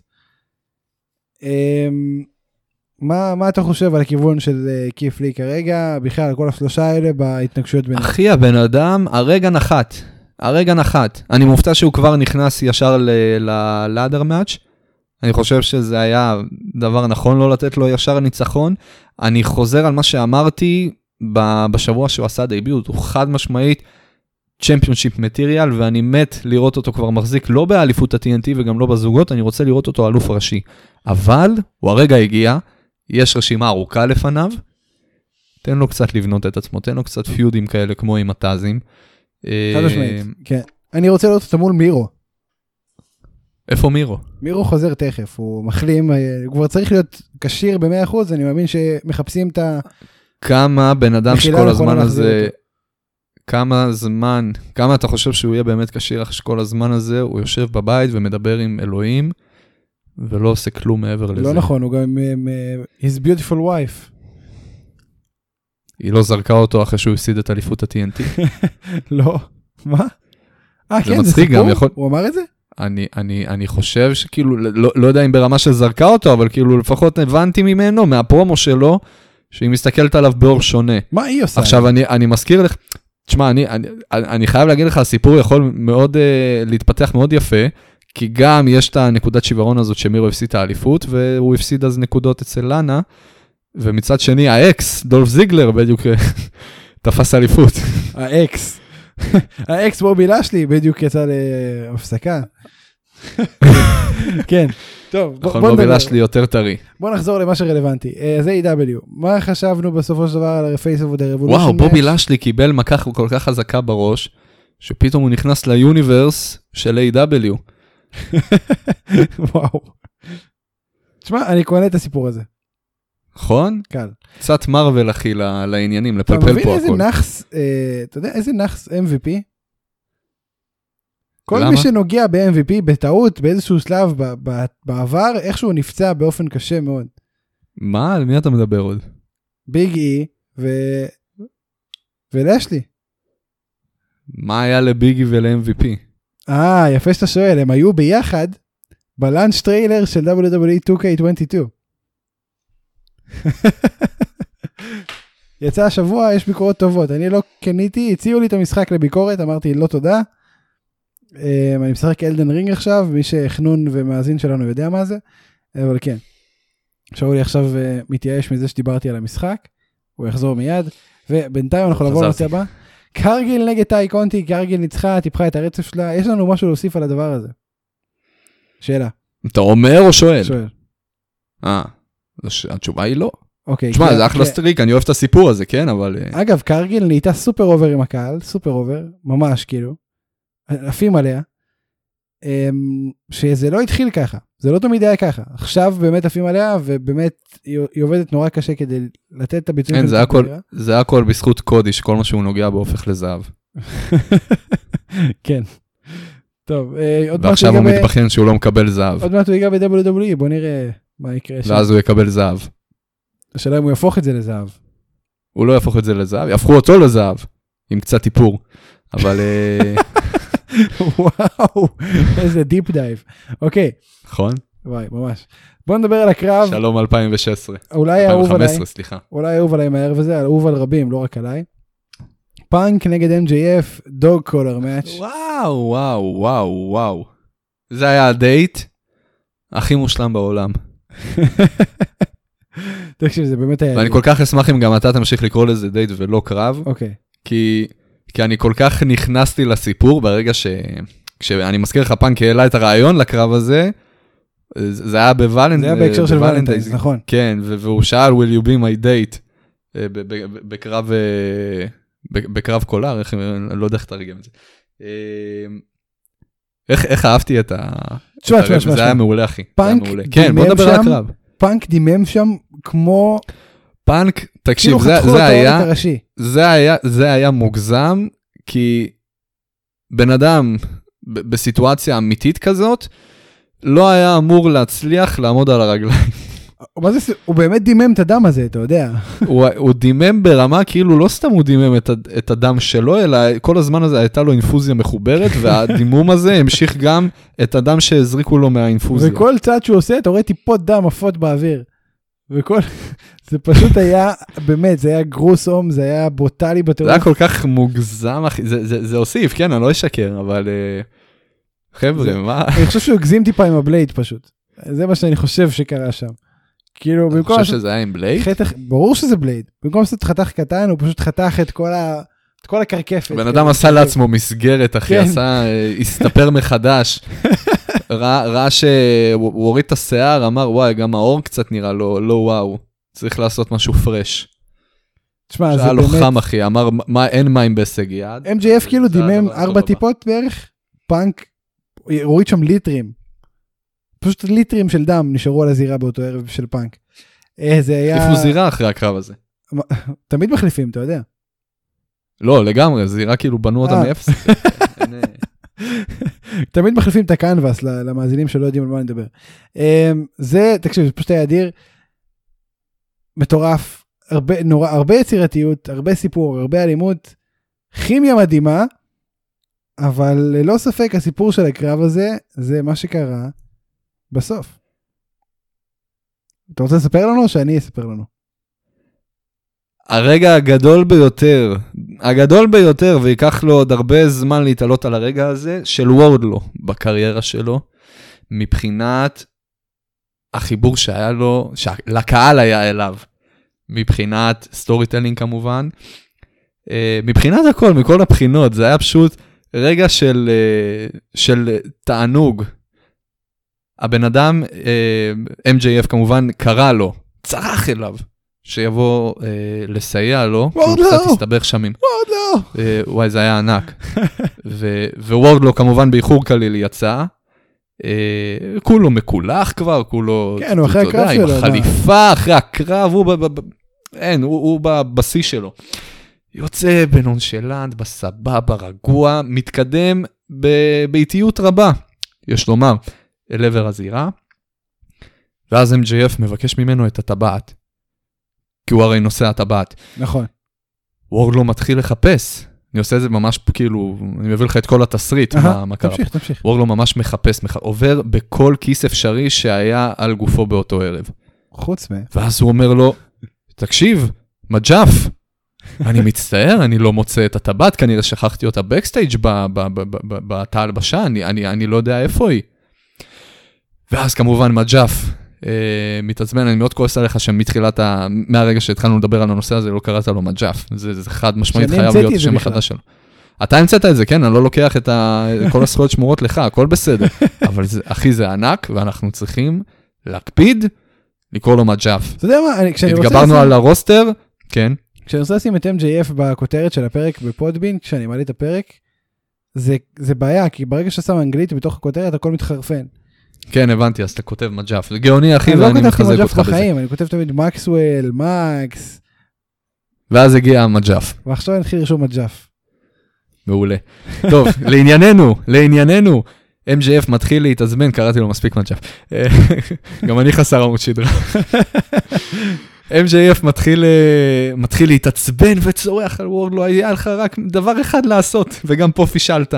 מה, מה אתה חושב על הכיוון של כיף לי כרגע, בכלל על כל השלושה האלה בהתנגשויות ביניהם? אחי, הבן אדם, הרגע נחת. הרגע נחת. אני מופתע שהוא כבר נכנס ישר ללאדר מאץ'. אני חושב שזה היה דבר נכון לא לתת לו ישר ניצחון. אני חוזר על מה שאמרתי בשבוע שהוא עשה דייביוט. הוא חד משמעית צ'מפיונשיפ מטריאל, ואני מת לראות אותו כבר מחזיק לא באליפות ה-טי אן טי וגם לא בזוגות, אני רוצה לראות אותו אלוף ראשי. אבל הוא הרגע הגיע, יש רשימה ארוכה לפניו, תן לו קצת לבנות את עצמו, תן לו קצת פיודים כאלה כמו עם הטזים. חד משמעית, כן. אני רוצה לראות אותו מול מירו. איפה מירו? מירו חוזר תכף, הוא מחלים, הוא כבר צריך להיות קשיר ב-מאה אחוז, אני מאמין שמחפשים את ה... כמה בן אדם שכל הזמן הזה, כמה זמן, כמה אתה חושב שהוא יהיה באמת קשיר אחרי שכל הזמן הזה, הוא יושב בבית ומדבר עם אלוהים, ולא עושה כלום מעבר לזה. לא נכון, הוא גם עם his beautiful wife. היא לא זרקה אותו אחרי שהוא הפסיד את אליפות ה-טי אן טי. לא, מה? אה, כן, זה סיפור? יכול... הוא אמר את זה? אני, אני, אני חושב שכאילו, לא, לא יודע אם ברמה שזרקה אותו, אבל כאילו לפחות הבנתי ממנו, מהפרומו שלו, שהיא מסתכלת עליו באור שונה. מה היא עושה? עכשיו, אני, אני מזכיר לך, תשמע, אני, אני, אני חייב להגיד לך, הסיפור יכול מאוד uh, להתפתח מאוד יפה, כי גם יש את הנקודת שברון הזאת שמירו הפסיד את האליפות, והוא הפסיד אז נקודות אצל לנה, ומצד שני, האקס, דולף זיגלר, בדיוק תפס אליפות. האקס. האקס בובי לשלי, בדיוק יצא להפסקה. כן, טוב. נכון, בובי לשלי יותר טרי. בוא נחזור למה שרלוונטי. זה איי דאבליו. מה חשבנו בסופו של דבר על ה-Face of the Revolution? וואו, בובי לשלי קיבל מכה כל כך חזקה בראש, שפתאום הוא נכנס ליוניברס של איי דאבליו. וואו. תשמע, אני קונה את הסיפור הזה. נכון? קל. קצת מרוול אחי לעניינים, אתה לפלפל מבין פה איזה הכל. נחס, אה, אתה יודע איזה נחס אם וי פי? כל למה? מי שנוגע ב-אם וי פי בטעות, באיזשהו שלב ב- ב- בעבר, איכשהו נפצע באופן קשה מאוד. מה? על מי אתה מדבר עוד? ביג אי ו... ולשלי. מה היה לביגי ול-אם וי פי? אה, יפה שאתה שואל, הם היו ביחד בלאנץ' טריילר של דאבליו דאבליו אי טו קיי עשרים ושתיים. יצא השבוע, יש ביקורות טובות, אני לא קניתי, הציעו לי את המשחק לביקורת, אמרתי לא תודה. אני משחק אלדן רינג עכשיו, מי שחנון ומאזין שלנו יודע מה זה, אבל כן. שאולי עכשיו מתייאש מזה שדיברתי על המשחק, הוא יחזור מיד, ובינתיים אנחנו נעבור לנושא הבא. קרגיל נגד טאי קונטי, קרגיל ניצחה, טיפחה את הרצף שלה, יש לנו משהו להוסיף על הדבר הזה. שאלה. אתה אומר או שואל? שואל. אה, התשובה היא לא. אוקיי. תשמע, זה אחלה סטריק, אני אוהב את הסיפור הזה, כן, אבל... אגב, קרגיל נהייתה סופר אובר עם הקהל, סופר אובר, ממש כאילו, עפים עליה, שזה לא התחיל ככה, זה לא תמיד היה ככה, עכשיו באמת עפים עליה, ובאמת היא עובדת נורא קשה כדי לתת את הביצועים. כן, זה הכל בזכות קודי, שכל מה שהוא נוגע בו הופך לזהב. כן. טוב, ועכשיו הוא מתבחן שהוא לא מקבל זהב. עוד מעט הוא ייגע ב-דאבליו דאבליו אי, בוא נראה מה יקרה שם. ואז הוא יקבל זהב. השאלה אם הוא יהפוך את זה לזהב. הוא לא יהפוך את זה לזהב, יהפכו אותו לזהב, עם קצת טיפור. אבל... וואו, איזה דיפ דייב. אוקיי. נכון? וואי, ממש. בוא נדבר על הקרב. שלום אלפיים ושש עשרה. אולי אהוב עליי. אלפיים וחמש עשרה, סליחה. אולי אהוב עליי מהערב הזה, אהוב על רבים, לא רק עליי. פאנק נגד אם ג'יי אף, דוג קולר מאץ'. וואו, וואו, וואו, וואו. זה היה הדייט הכי מושלם בעולם. תקשיב, זה באמת היה... ואני כל כך אשמח אם גם אתה תמשיך לקרוא לזה דייט ולא קרב. אוקיי. כי, כי אני כל כך נכנסתי לסיפור ברגע ש... כשאני מזכיר לך פאנק העלה את הרעיון לקרב הזה, זה היה בוולנט... זה היה בהקשר של ולנטיינס, נכון. כן, והוא שאל, will you be my date? בקרב... בקרב קולר, אני לא יודע איך תרגם את זה. איך אהבתי את ה... תשמע, תשמע, תשמע. זה היה מעולה, אחי. פאנק כן, בוא נדבר על הקרב. פאנק דימם שם כמו... פאנק, תקשיב, זה היה... זה היה, זה היה מוגזם, כי בן אדם בסיטואציה אמיתית כזאת, לא היה אמור להצליח לעמוד על הרגליים. מה זה, הוא באמת דימם את הדם הזה, אתה יודע. הוא, הוא דימם ברמה, כאילו לא סתם הוא דימם את, את הדם שלו, אלא כל הזמן הזה הייתה לו אינפוזיה מחוברת, והדימום הזה המשיך גם את הדם שהזריקו לו מהאינפוזיה. וכל צעד שהוא עושה, אתה רואה טיפות דם עפות באוויר. וכל, זה פשוט היה, באמת, זה היה גרוסום, זה היה ברוטלי בטרוף. זה היה כל כך מוגזם, זה, זה, זה הוסיף, כן, אני לא אשקר, אבל חבר'ה, מה? אני חושב שהוא הגזים טיפה עם הבלייד פשוט. זה מה שאני חושב שקרה שם. כאילו, אתה חושב שזה היה עם בלייד? ברור שזה בלייד. במקום לעשות חתך קטן, הוא פשוט חתך את כל ה... את כל הקרקפת. בן אדם עשה לעצמו מסגרת, אחי, עשה, הסתפר מחדש. ראה שהוא הוריד את השיער, אמר, וואי, גם האור קצת נראה לו, לא וואו. צריך לעשות משהו פרש. תשמע, זה באמת... שהיה לו חם, אחי, אמר, אין מים בהישג יד. אם ג'יי אף כאילו דימם ארבע טיפות בערך, פאנק, הוריד שם ליטרים. פשוט ליטרים של דם נשארו על הזירה באותו ערב של פאנק. זה היה... החליפו זירה אחרי הקרב הזה. תמיד מחליפים, אתה יודע. לא, לגמרי, זירה כאילו בנו אותה מאפס. תמיד מחליפים את הקנבס למאזינים שלא יודעים על מה נדבר. זה, תקשיב, זה פשוט היה אדיר. מטורף, הרבה יצירתיות, הרבה סיפור, הרבה אלימות, כימיה מדהימה, אבל ללא ספק הסיפור של הקרב הזה, זה מה שקרה בסוף. אתה רוצה לספר לנו או שאני אספר לנו? הרגע הגדול ביותר, הגדול ביותר, ויקח לו עוד הרבה זמן להתעלות על הרגע הזה, של וורדלו בקריירה שלו, מבחינת החיבור שהיה לו, שלקהל היה אליו, מבחינת סטורי טלינג כמובן, מבחינת הכל, מכל הבחינות, זה היה פשוט רגע של, של תענוג. הבן אדם, אם ג'יי אף כמובן קרא לו, צרח אליו, שיבוא אה, לסייע לו, כי הוא קצת הסתבך שמים. וורדלו! אה, וואי, זה היה ענק. ווורדלו כמובן באיחור כליל יצא, אה, כולו מקולח כבר, כולו, כן, הוא אחרי הקרב שלו. עם חליפה, אחרי הקרב, הוא, ב, ב, ב, אין, הוא, הוא בבשיא שלו. יוצא בנונשלנט, בסבבה, רגוע, מתקדם באיטיות רבה, יש לומר, אל עבר הזירה, ואז אם ג'יי אף מבקש ממנו את הטבעת, כי הוא הרי נושא הטבעת. נכון. וורדלו מתחיל לחפש, אני עושה את זה ממש כאילו, אני מביא לך את כל התסריט, מה קרה. תמשיך, תמשיך. וורדלו ממש מחפש, עובר בכל כיס אפשרי שהיה על גופו באותו ערב. חוץ מה. ואז הוא אומר לו, תקשיב, מג'אף, אני מצטער, אני לא מוצא את הטבעת, כנראה שכחתי אותה בקסטייג' בתא הלבשה, אני, אני, אני לא יודע איפה היא. ואז כמובן מג'אף אה, מתעצבן, אני מאוד כועס עליך שמתחילת, ה... מהרגע שהתחלנו לדבר על הנושא הזה, לא קראת לו מג'אף, זה, זה חד משמעית חייב להיות השם החדש שלו. אתה המצאת את זה, כן, אני לא לוקח את ה... כל הזכויות שמורות לך, הכל בסדר, אבל זה, אחי זה ענק, ואנחנו צריכים להקפיד, לקרוא לו מג'אף. אתה יודע מה, כשאני רוצה... התגברנו לשים... על הרוסטר, כן. כשאני רוצה לשים את אם ג'יי אף בכותרת של הפרק בפודבין, כשאני מעלה את הפרק, זה, זה בעיה, כי ברגע שאתה שם אנגלית בתוך הכותרת, הכל מתחרפן. כן, הבנתי, אז אתה כותב מג'אף. זה גאוני, אחי, ואני מחזק אותך בזה. בחיים, אני כותב תמיד מקסוול, מקס. ואז הגיע המג'אף. ועכשיו אני אתחיל לרשום מג'אף. מעולה. טוב, לענייננו, לענייננו. אם ג'יי אף מתחיל להתעזמן, קראתי לו מספיק מג'אף. גם אני חסר עמוד שדרה. אם ג'יי אף מתחיל, מתחיל להתעצבן וצורח על וורדלו, היה לך רק דבר אחד לעשות, וגם פה פישלת.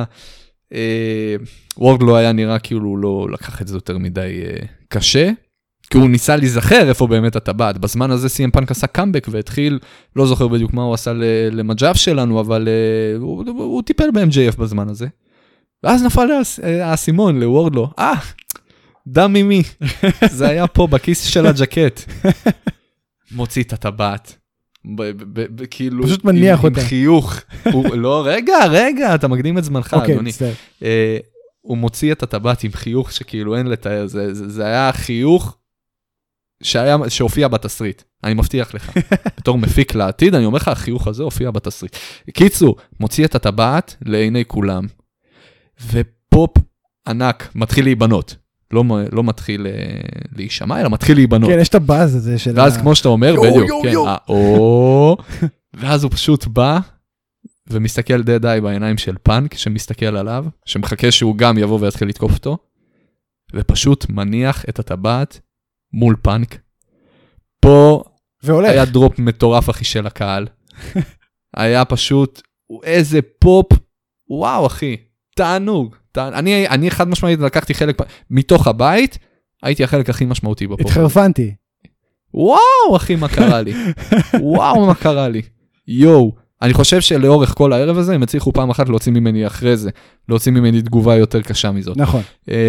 וורדלו היה נראה כאילו הוא לא לקח את זה יותר מדי קשה, כי הוא ניסה להיזכר איפה באמת הטבעת. בזמן הזה סי אם פאנק עשה קאמבק והתחיל, לא זוכר בדיוק מה הוא עשה למג'אף שלנו, אבל הוא, הוא טיפל ב-אם ג'יי אף בזמן הזה. ואז נפל האסימון לוורדלו, אה, דם ממי. זה היה פה בכיס של הג'קט. מוציא את הטבעת. כאילו, פשוט מניח אותה. עם חיוך. לא, רגע, רגע, אתה מקדים את זמנך, אדוני. הוא מוציא את הטבעת עם חיוך שכאילו אין לתאר, זה היה חיוך שהופיע בתסריט. אני מבטיח לך. בתור מפיק לעתיד, אני אומר לך, החיוך הזה הופיע בתסריט. קיצור, מוציא את הטבעת לעיני כולם, ופופ ענק מתחיל להיבנות. לא, לא מתחיל להישמע, אלא מתחיל להיבנות. כן, יש את הבאז הזה של... ואז כמו שאתה אומר, בדיוק, כן, או... ואז הוא פשוט בא, ומסתכל די די בעיניים של פאנק, שמסתכל עליו, שמחכה שהוא גם יבוא ויתחיל לתקוף אותו, ופשוט מניח את הטבעת מול פאנק. פה והולך. היה דרופ מטורף אחי של הקהל. היה פשוט, איזה פופ, וואו אחי, תענוג. אני, אני חד משמעית לקחתי חלק, מתוך הבית, הייתי החלק הכי משמעותי בפופ. התחרפנתי. וואו אחי, מה קרה לי? וואו, מה קרה לי? יואו. אני חושב שלאורך כל הערב הזה, הם הצליחו פעם אחת להוציא ממני אחרי זה, להוציא ממני תגובה יותר קשה מזאת. נכון.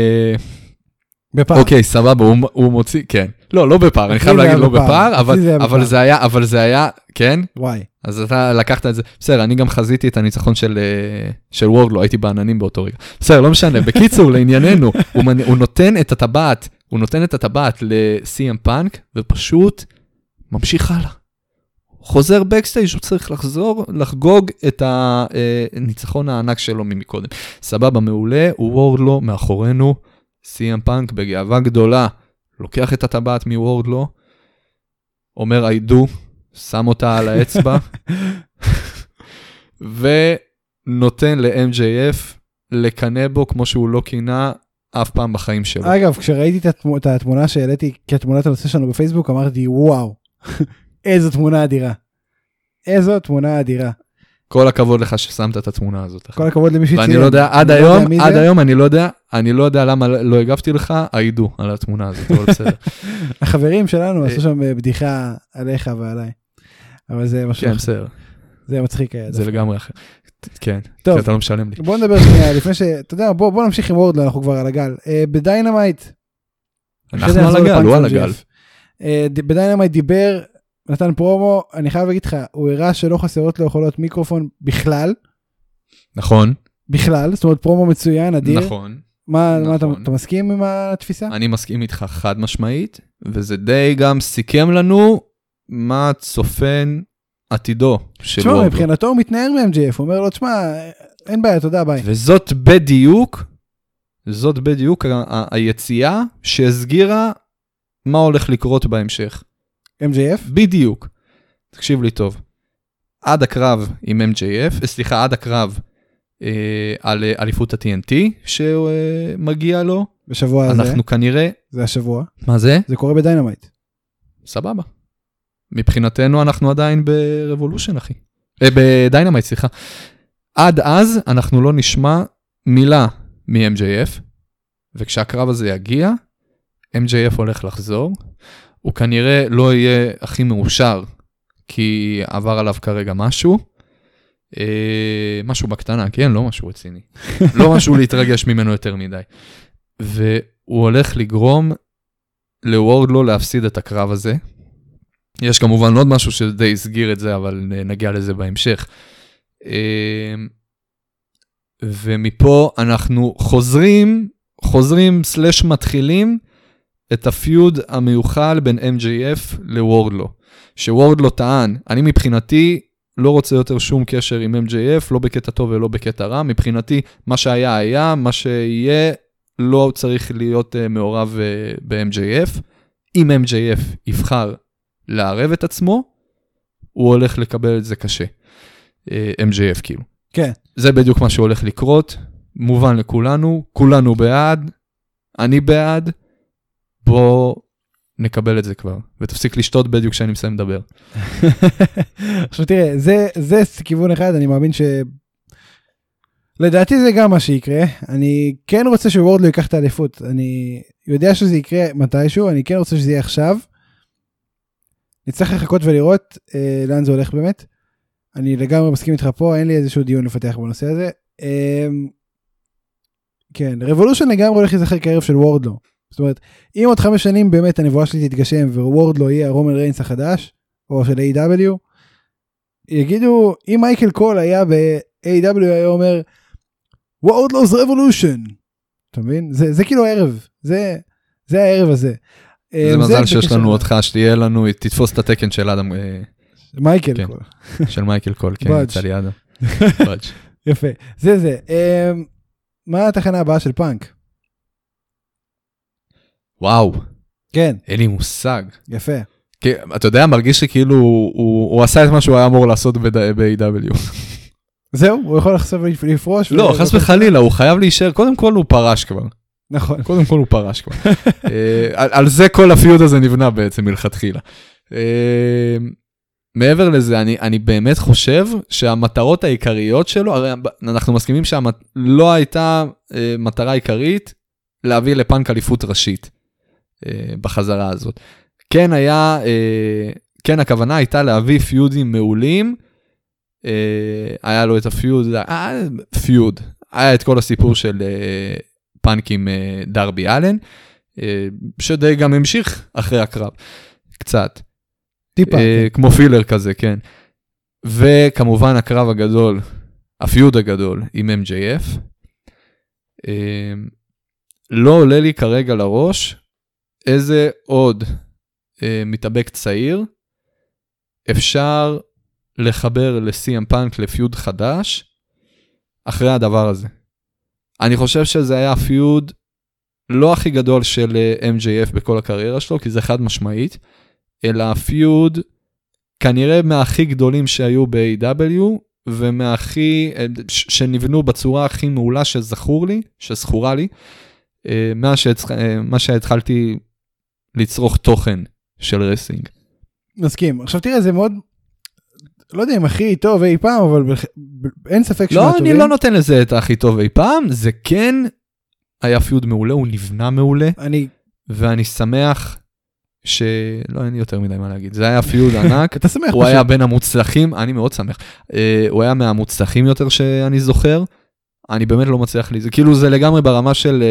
בפער. אוקיי, סבבה, הוא מוציא, כן. לא, לא בפער, אני חייב להגיד לא בפער, אבל זה היה, אבל זה היה, כן? וואי. אז אתה לקחת את זה, בסדר, אני גם חזיתי את הניצחון של וורדלו, הייתי בעננים באותו רגע. בסדר, לא משנה, בקיצור, לענייננו, הוא נותן את הטבעת, הוא נותן את הטבעת ל-סי אם פאנק, ופשוט ממשיך הלאה. חוזר בקסטייג', הוא צריך לחזור, לחגוג את הניצחון הענק שלו ממקודם. סבבה, מעולה, הוא וורדלו מאחורינו, סי אם פאנק בגאווה גדולה, לוקח את הטבעת מוורדלו, אומר I do, שם אותה על האצבע, ונותן ל-אם ג'יי אף לקנה בו כמו שהוא לא קינה אף פעם בחיים שלו. אגב, כשראיתי את התמונה שהעליתי כתמונת הנושא שלנו בפייסבוק, אמרתי וואו, איזו תמונה אדירה. איזו תמונה אדירה. כל הכבוד לך ששמת את התמונה הזאת. כל הכבוד למי שציין. ואני לא יודע, עד היום, עד היום אני לא יודע, אני לא יודע למה לא הגבתי לך, עידו על התמונה הזאת, אבל בסדר. החברים שלנו עשו שם בדיחה עליך ועליי. אבל זה משהו. כן, בסדר. זה מצחיק. זה לגמרי אחר. כן, טוב, אתה לא משלם לי. בוא נדבר שנייה, לפני ש... אתה יודע, בוא, בוא נמשיך עם וורדלו, אנחנו כבר על הגל. בדיינמייט. אנחנו על הגל, הוא על הגל. בדיינמייט דיבר, נתן פרומו, אני חייב להגיד לך, הוא הראה שלא חסרות לו יכולות מיקרופון בכלל. נכון. בכלל, זאת אומרת פרומו מצוין, אדיר. נכון. מה, מה אתה, אתה מסכים עם התפיסה? אני מסכים איתך חד משמעית, וזה די גם סיכם לנו מה צופן עתידו של וורדלו. תשמע, מבחינתו הוא מתנער מ-אם ג'יי אף, הוא אומר לו, תשמע, אין בעיה, תודה, ביי. וזאת בדיוק, זאת בדיוק ה- ה- היציאה שהסגירה מה הולך לקרות בהמשך. אם ג'יי אף? בדיוק. תקשיב לי טוב. עד הקרב עם אם ג'יי אף, סליחה, עד הקרב אה, על אליפות ה-טי אן טי שמגיע לו. בשבוע הזה. אנחנו כנראה... זה השבוע. מה זה? זה קורה בדיינמייט. סבבה. מבחינתנו אנחנו עדיין ברבולושן, אחי. אה, בדיינמייט, סליחה. עד אז אנחנו לא נשמע מילה מ-אם ג'יי אף, וכשהקרב הזה יגיע, אם ג'יי אף הולך לחזור, הוא כנראה לא יהיה הכי מאושר, כי עבר עליו כרגע משהו, אה, משהו בקטנה, כן, לא משהו רציני. לא משהו להתרגש ממנו יותר מדי. והוא הולך לגרום לוורדלו להפסיד את הקרב הזה. יש כמובן עוד משהו שדי הסגיר את זה, אבל נגיע לזה בהמשך. ומפה אנחנו חוזרים, חוזרים סלש מתחילים את הפיוד המיוחל בין אם ג'יי אף לוורדלו. שוורדלו טען, אני מבחינתי לא רוצה יותר שום קשר עם אם ג'יי אף, לא בקטע טוב ולא בקטע רע. מבחינתי מה שהיה היה, מה שיהיה לא צריך להיות uh, מעורב uh, ב-אם ג'יי אף. אם אם ג'יי אף יבחר לערב את עצמו, הוא הולך לקבל את זה קשה. Uh, אם ג'יי אף כאילו. כן. זה בדיוק מה שהולך לקרות, מובן לכולנו, כולנו בעד, אני בעד, בוא נקבל את זה כבר, ותפסיק לשתות בדיוק כשאני מסיים לדבר. עכשיו תראה, זה, זה כיוון אחד, אני מאמין ש... לדעתי זה גם מה שיקרה, אני כן רוצה שוורדלו ייקח את האליפות, אני יודע שזה יקרה מתישהו, אני כן רוצה שזה יהיה עכשיו, נצטרך לחכות ולראות אה, לאן זה הולך באמת, אני לגמרי מסכים איתך פה, אין לי איזשהו דיון לפתח בנושא הזה, אה, כן, רבולושן לגמרי הולך להיזכר כערב של וורדלו, זאת אומרת, אם עוד חמש שנים באמת הנבואה שלי תתגשם, ווורדלו יהיה הרומן ריינס החדש, או של איי דאבליו, יגידו, אם מייקל קול היה ב-איי דאבליו, היה אומר, וורדלו's revolution. אתה מבין? זה, זה כאילו הערב. זה, זה הערב הזה. זה מזל שיש לנו אותך, שתהיה לנו, תתפוס את התקן של אדם. מייקל כן. קול. של מייקל קול, כן, יצא לי אדם. יפה. זה זה. מה התחנה הבאה של פאנק? וואו. כן. אין לי מושג. יפה. כי, אתה יודע, מרגיש שכאילו הוא, הוא, הוא עשה את מה שהוא היה אמור לעשות ב-איי דאבליו. זהו, הוא יכול לחשוב לפרוש. לא, חס וחלילה, הוא חייב להישאר, קודם כל הוא פרש כבר. נכון. קודם כל הוא פרש כבר. על זה כל הפיוד הזה נבנה בעצם מלכתחילה. מעבר לזה, אני, אני באמת חושב שהמטרות העיקריות שלו, הרי אנחנו מסכימים שלא הייתה מטרה עיקרית להביא לפאנק אליפות ראשית בחזרה הזאת. כן היה, כן הכוונה הייתה להביא פיודים מעולים, היה לו את הפיוד, פיוד, היה את כל הסיפור של פאנק עם דרבי אלן, שדי גם המשיך אחרי הקרב, קצת. טיפה. כמו פילר כזה, כן. וכמובן הקרב הגדול, הפיוד הגדול עם אם ג'יי אף, לא עולה לי כרגע לראש איזה עוד מתאבק צעיר אפשר לחבר לסי אם פאנק לפיוד חדש אחרי הדבר הזה. אני חושב שזה היה הפיוד לא הכי גדול של אם ג'יי אף בכל הקריירה שלו, כי זה חד משמעית, אלא הפיוד כנראה מהכי גדולים שהיו ב-איי דאבליו, ומהכי, שנבנו בצורה הכי מעולה שזכור לי, שזכורה לי, מה, שהצ... מה שהתחלתי לצרוך תוכן של רסינג. מסכים. עכשיו תראה, זה מאוד, לא יודע אם הכי טוב אי פעם, אבל אין ספק לא, אני לא נותן לזה את הכי טוב אי פעם, זה כן היה פיוד מעולה, הוא נבנה מעולה, אני... ואני שמח שלא, אין לי יותר מדי מה להגיד, זה היה פיוד ענק, אתה שמח הוא היה בין המוצלחים, אני מאוד שמח, הוא היה מהמוצלחים יותר שאני זוכר, אני באמת לא מצליח לי, זה כאילו זה לגמרי ברמה של,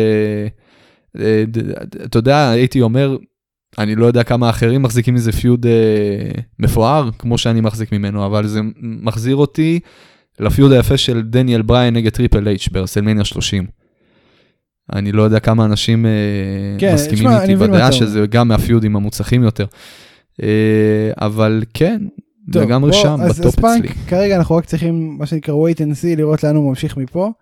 אתה יודע, הייתי אומר, אני לא יודע כמה אחרים מחזיקים מזה פיוד מפואר, כמו שאני מחזיק ממנו, אבל זה מחזיר אותי לפיוד היפה של דניאל בריין נגד טריפל אייץ' ברסלמניה שלושים. אני לא יודע כמה אנשים כן, מסכימים שמה, איתי בדעה שזה גם מהפיודים המוצלחים יותר. אבל כן, טוב, לגמרי בוא, שם, אז, בטופ אז אצלי. כרגע אנחנו רק צריכים, מה שנקרא wait and see, לראות לאן הוא ממשיך מפה.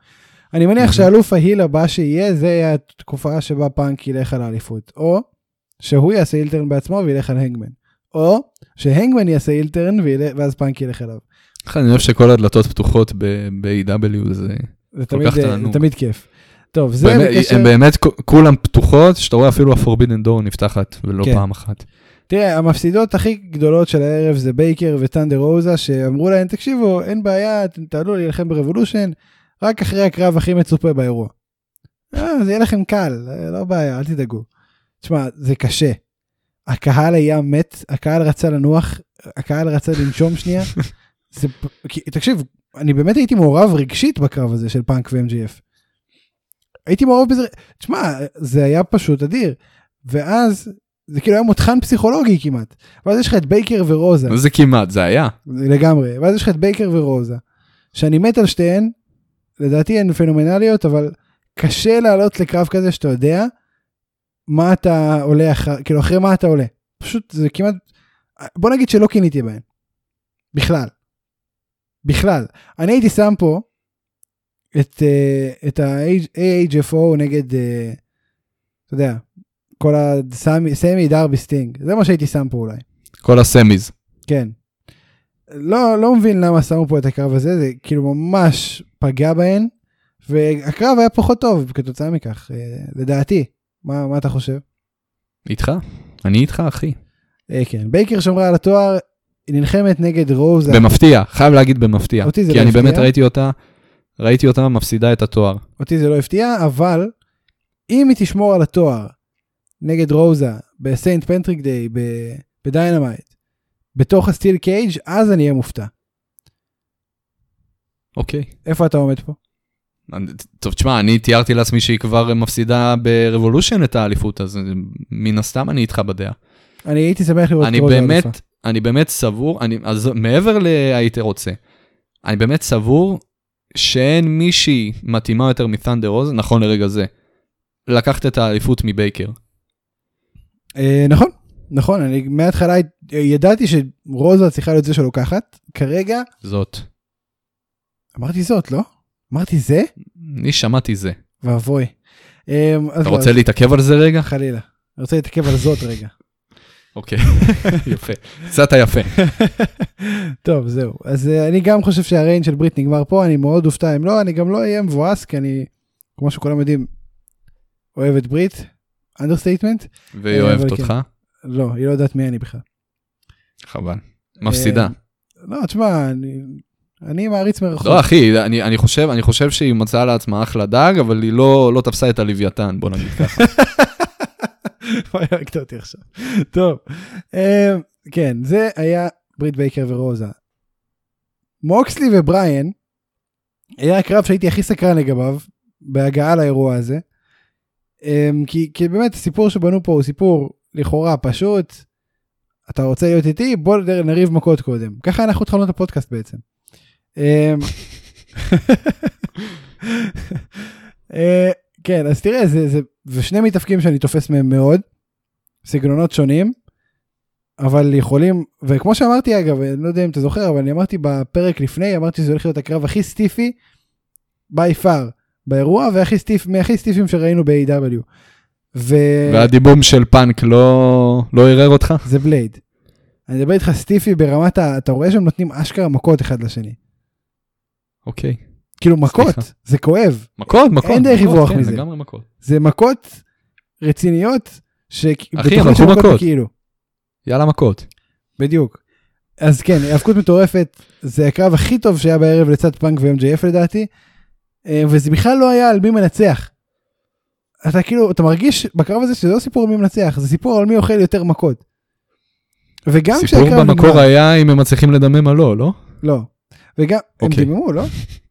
אני מניח שאלוף ההיל הבא שיהיה, זה יהיה התקופה שבה פאנק ילך על האליפות, או שהוא יעשה הילטרן בעצמו וילך על הנגמן, או שהנגמן יעשה הילטרן ואז פאנק ילך אליו. אני חושב שכל הדלתות פתוחות ב-איי דאבליו זה כל כך תענוג. זה תמיד כיף. טוב, זה בקשר... הם באמת כולם פתוחות, שאתה רואה אפילו ה-Forbidden Door נפתחת, ולא כן. פעם אחת. תראה, המפסידות הכי גדולות של הערב זה בייקר וטנדר רוזה, שאמרו להם, תקשיבו, אין בעיה, אתם תעלו להילחם ברבולושן, רק אחרי הקרב הכי מצופה באירוע. אה, זה יהיה לכם קל, לא בעיה, אל תדאגו. תשמע, זה קשה. הקהל היה מת, הקהל רצה לנוח, הקהל רצה לנשום שנייה. זה, תקשיב, אני באמת הייתי מעורב רגשית בקרב הזה של פאנק ו-אם ג'י אף. הייתי מעורב בזה, תשמע, זה היה פשוט אדיר. ואז, זה כאילו היה מותחן פסיכולוגי כמעט. ואז יש לך את בייקר ורוזה. זה כמעט, זה היה. לגמרי. ואז יש לך את בייקר ורוזה. שאני מת על שתיהן, לדעתי הן פנומנליות, אבל קשה לעלות לקרב כזה שאתה יודע, מה אתה עולה אחרי, כאילו אחרי מה אתה עולה. פשוט זה כמעט, בוא נגיד שלא קיניתי בהן. בכלל. בכלל. אני הייתי שם פה, את, את ה-איי אייץ' אף או נגד, אתה יודע, כל הסמי דרבי סטינג. זה מה שהייתי שם פה אולי. כל הסמיז. כן. לא, לא מבין למה שמו פה את הקרב הזה, זה כאילו ממש פגע בהן, והקרב היה פחות טוב כתוצאה מכך, לדעתי. מה, מה אתה חושב? איתך? אני איתך, אחי. כן, בייקר שמרה על התואר, היא נלחמת נגד רוז. במפתיע, חייב להגיד במפתיע. אותי זה כי לא אני הפתיע. באמת ראיתי אותה, ראיתי אותה מפסידה את התואר. אותי זה לא הפתיע, אבל אם היא תשמור על התואר נגד רוזה, בסיינט פנטריק דיי, בדיינמייט, בתוך הסטיל קייג', אז אני אהיה מופתע. אוקיי. איפה אתה עומד פה? טוב, תשמע, אני תיארתי לעצמי שהיא כבר מפסידה ברבולושן את האליפות, אז מן הסתם אני איתך בדעה. אני הייתי שמח לראות אני באמת, אני באמת סבור, אני, אז מעבר להייתי רוצה, אני באמת סבור שאין מישהי מתאימה יותר מת'נדר רוז, נכון לרגע זה, לקחת את האליפות מבייקר. אה, נכון, נכון, אני מההתחלה ידעתי שרוזה צריכה להיות זה שלוקחת, כרגע... זאת. אמרתי זאת, לא? אמרתי זה? אני שמעתי זה. ואבוי. אתה רוצה להתעכב על זה רגע? חלילה. אני רוצה להתעכב על זאת רגע. אוקיי, יפה. קצת היפה. טוב, זהו. אז אני גם חושב שהריין של ברית נגמר פה, אני מאוד אופתע אם לא, אני גם לא אהיה מבואס, כי אני, כמו שכולם יודעים, אוהב את ברית, understatement. והיא אוהבת אותך? לא, היא לא יודעת מי אני בכלל. חבל. מפסידה. לא, תשמע, אני... אני מעריץ מרחוב. לא, אחי, אני, אני חושב, אני חושב שהיא מצאה לעצמה אחלה דג, אבל היא לא, לא תפסה את הלוויתן, בוא נגיד ככה. מה ירקת אותי עכשיו? טוב, כן, זה היה ברית בייקר ורוזה. מוקסלי ובריין, היה הקרב שהייתי הכי סקרן לגביו, בהגעה לאירוע הזה, כי, כי באמת הסיפור שבנו פה הוא סיפור לכאורה פשוט, אתה רוצה להיות איתי? בוא נריב מכות קודם. ככה אנחנו התחלנו את הפודקאסט בעצם. כן, אז תראה, זה, זה, זה שני מתאפקים שאני תופס מהם מאוד, סגנונות שונים, אבל יכולים, וכמו שאמרתי אגב, אני לא יודע אם אתה זוכר, אבל אני אמרתי בפרק לפני, אמרתי שזה הולך להיות הקרב הכי סטיפי, by far, באירוע, והכי סטיפ, מהכי סטיפים שראינו ב-איי דאבליו. ו... והדיבום של פאנק לא, לא ערער אותך? זה בלייד. אני מדבר איתך סטיפי ברמת, אתה רואה שהם נותנים אשכרה מכות אחד לשני. אוקיי. כאילו מכות, זה כואב. מכות, מכות. אין דרך לברוח כן, מזה. זה לגמרי מכות. זה מכות רציניות, אחי, אנחנו מכות. כאילו. יאללה מכות. בדיוק. אז כן, האבקות מטורפת, זה הקרב הכי טוב שהיה בערב לצד פאנק ו-אם ג'י אף לדעתי, וזה בכלל לא היה על מי מנצח. אתה כאילו, אתה מרגיש בקרב הזה שזה לא סיפור על מי מנצח, זה סיפור על מי אוכל יותר מכות. וגם סיפור במקור נגמר, היה אם הם מצליחים לדמם או לא, לא? לא. וגם, okay. הם דיממו, לא?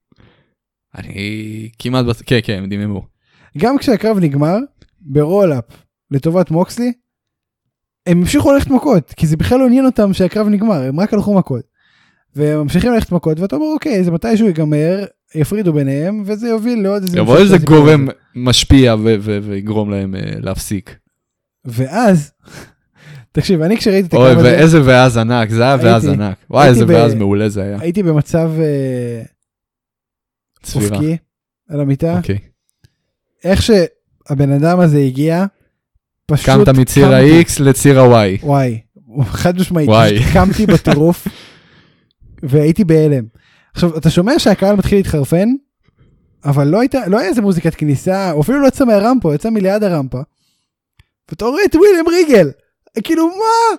אני כמעט, כן, כן, הם דיממו. גם כשהקרב נגמר, ברול-אפ, לטובת מוקסלי, הם המשיכו ללכת מכות, כי זה בכלל לא עניין אותם שהקרב נגמר, הם רק הלכו מכות. והם ממשיכים ללכת מכות, ואתה אומר, אוקיי, זה מתישהו ייגמר, יפרידו ביניהם, וזה יוביל לעוד איזה... יבוא איזה גורם משפיע ויגרום להם להפסיק. ואז, תקשיב, אני כשראיתי את הקרב הזה... אוי, ואיזה ואז ענק, זה היה ואז ענק. וואי, איזה ואז מעולה זה היה. הייתי במצב... ספירה. אופקי. על המיטה. אוקיי. איך שהבן אדם הזה הגיע, פשוט קמת מציר ה-X לציר ה-Y. וואי, חד משמעית, וואי. קמתי בטירוף, והייתי בהלם. עכשיו, אתה שומע שהקהל מתחיל להתחרפן, אבל לא הייתה, לא היה איזה מוזיקת כניסה, או אפילו לא יצא מהרמפה, יצא מליד הרמפה, ואתה רואה את וויליאם ריגל, כאילו, מה?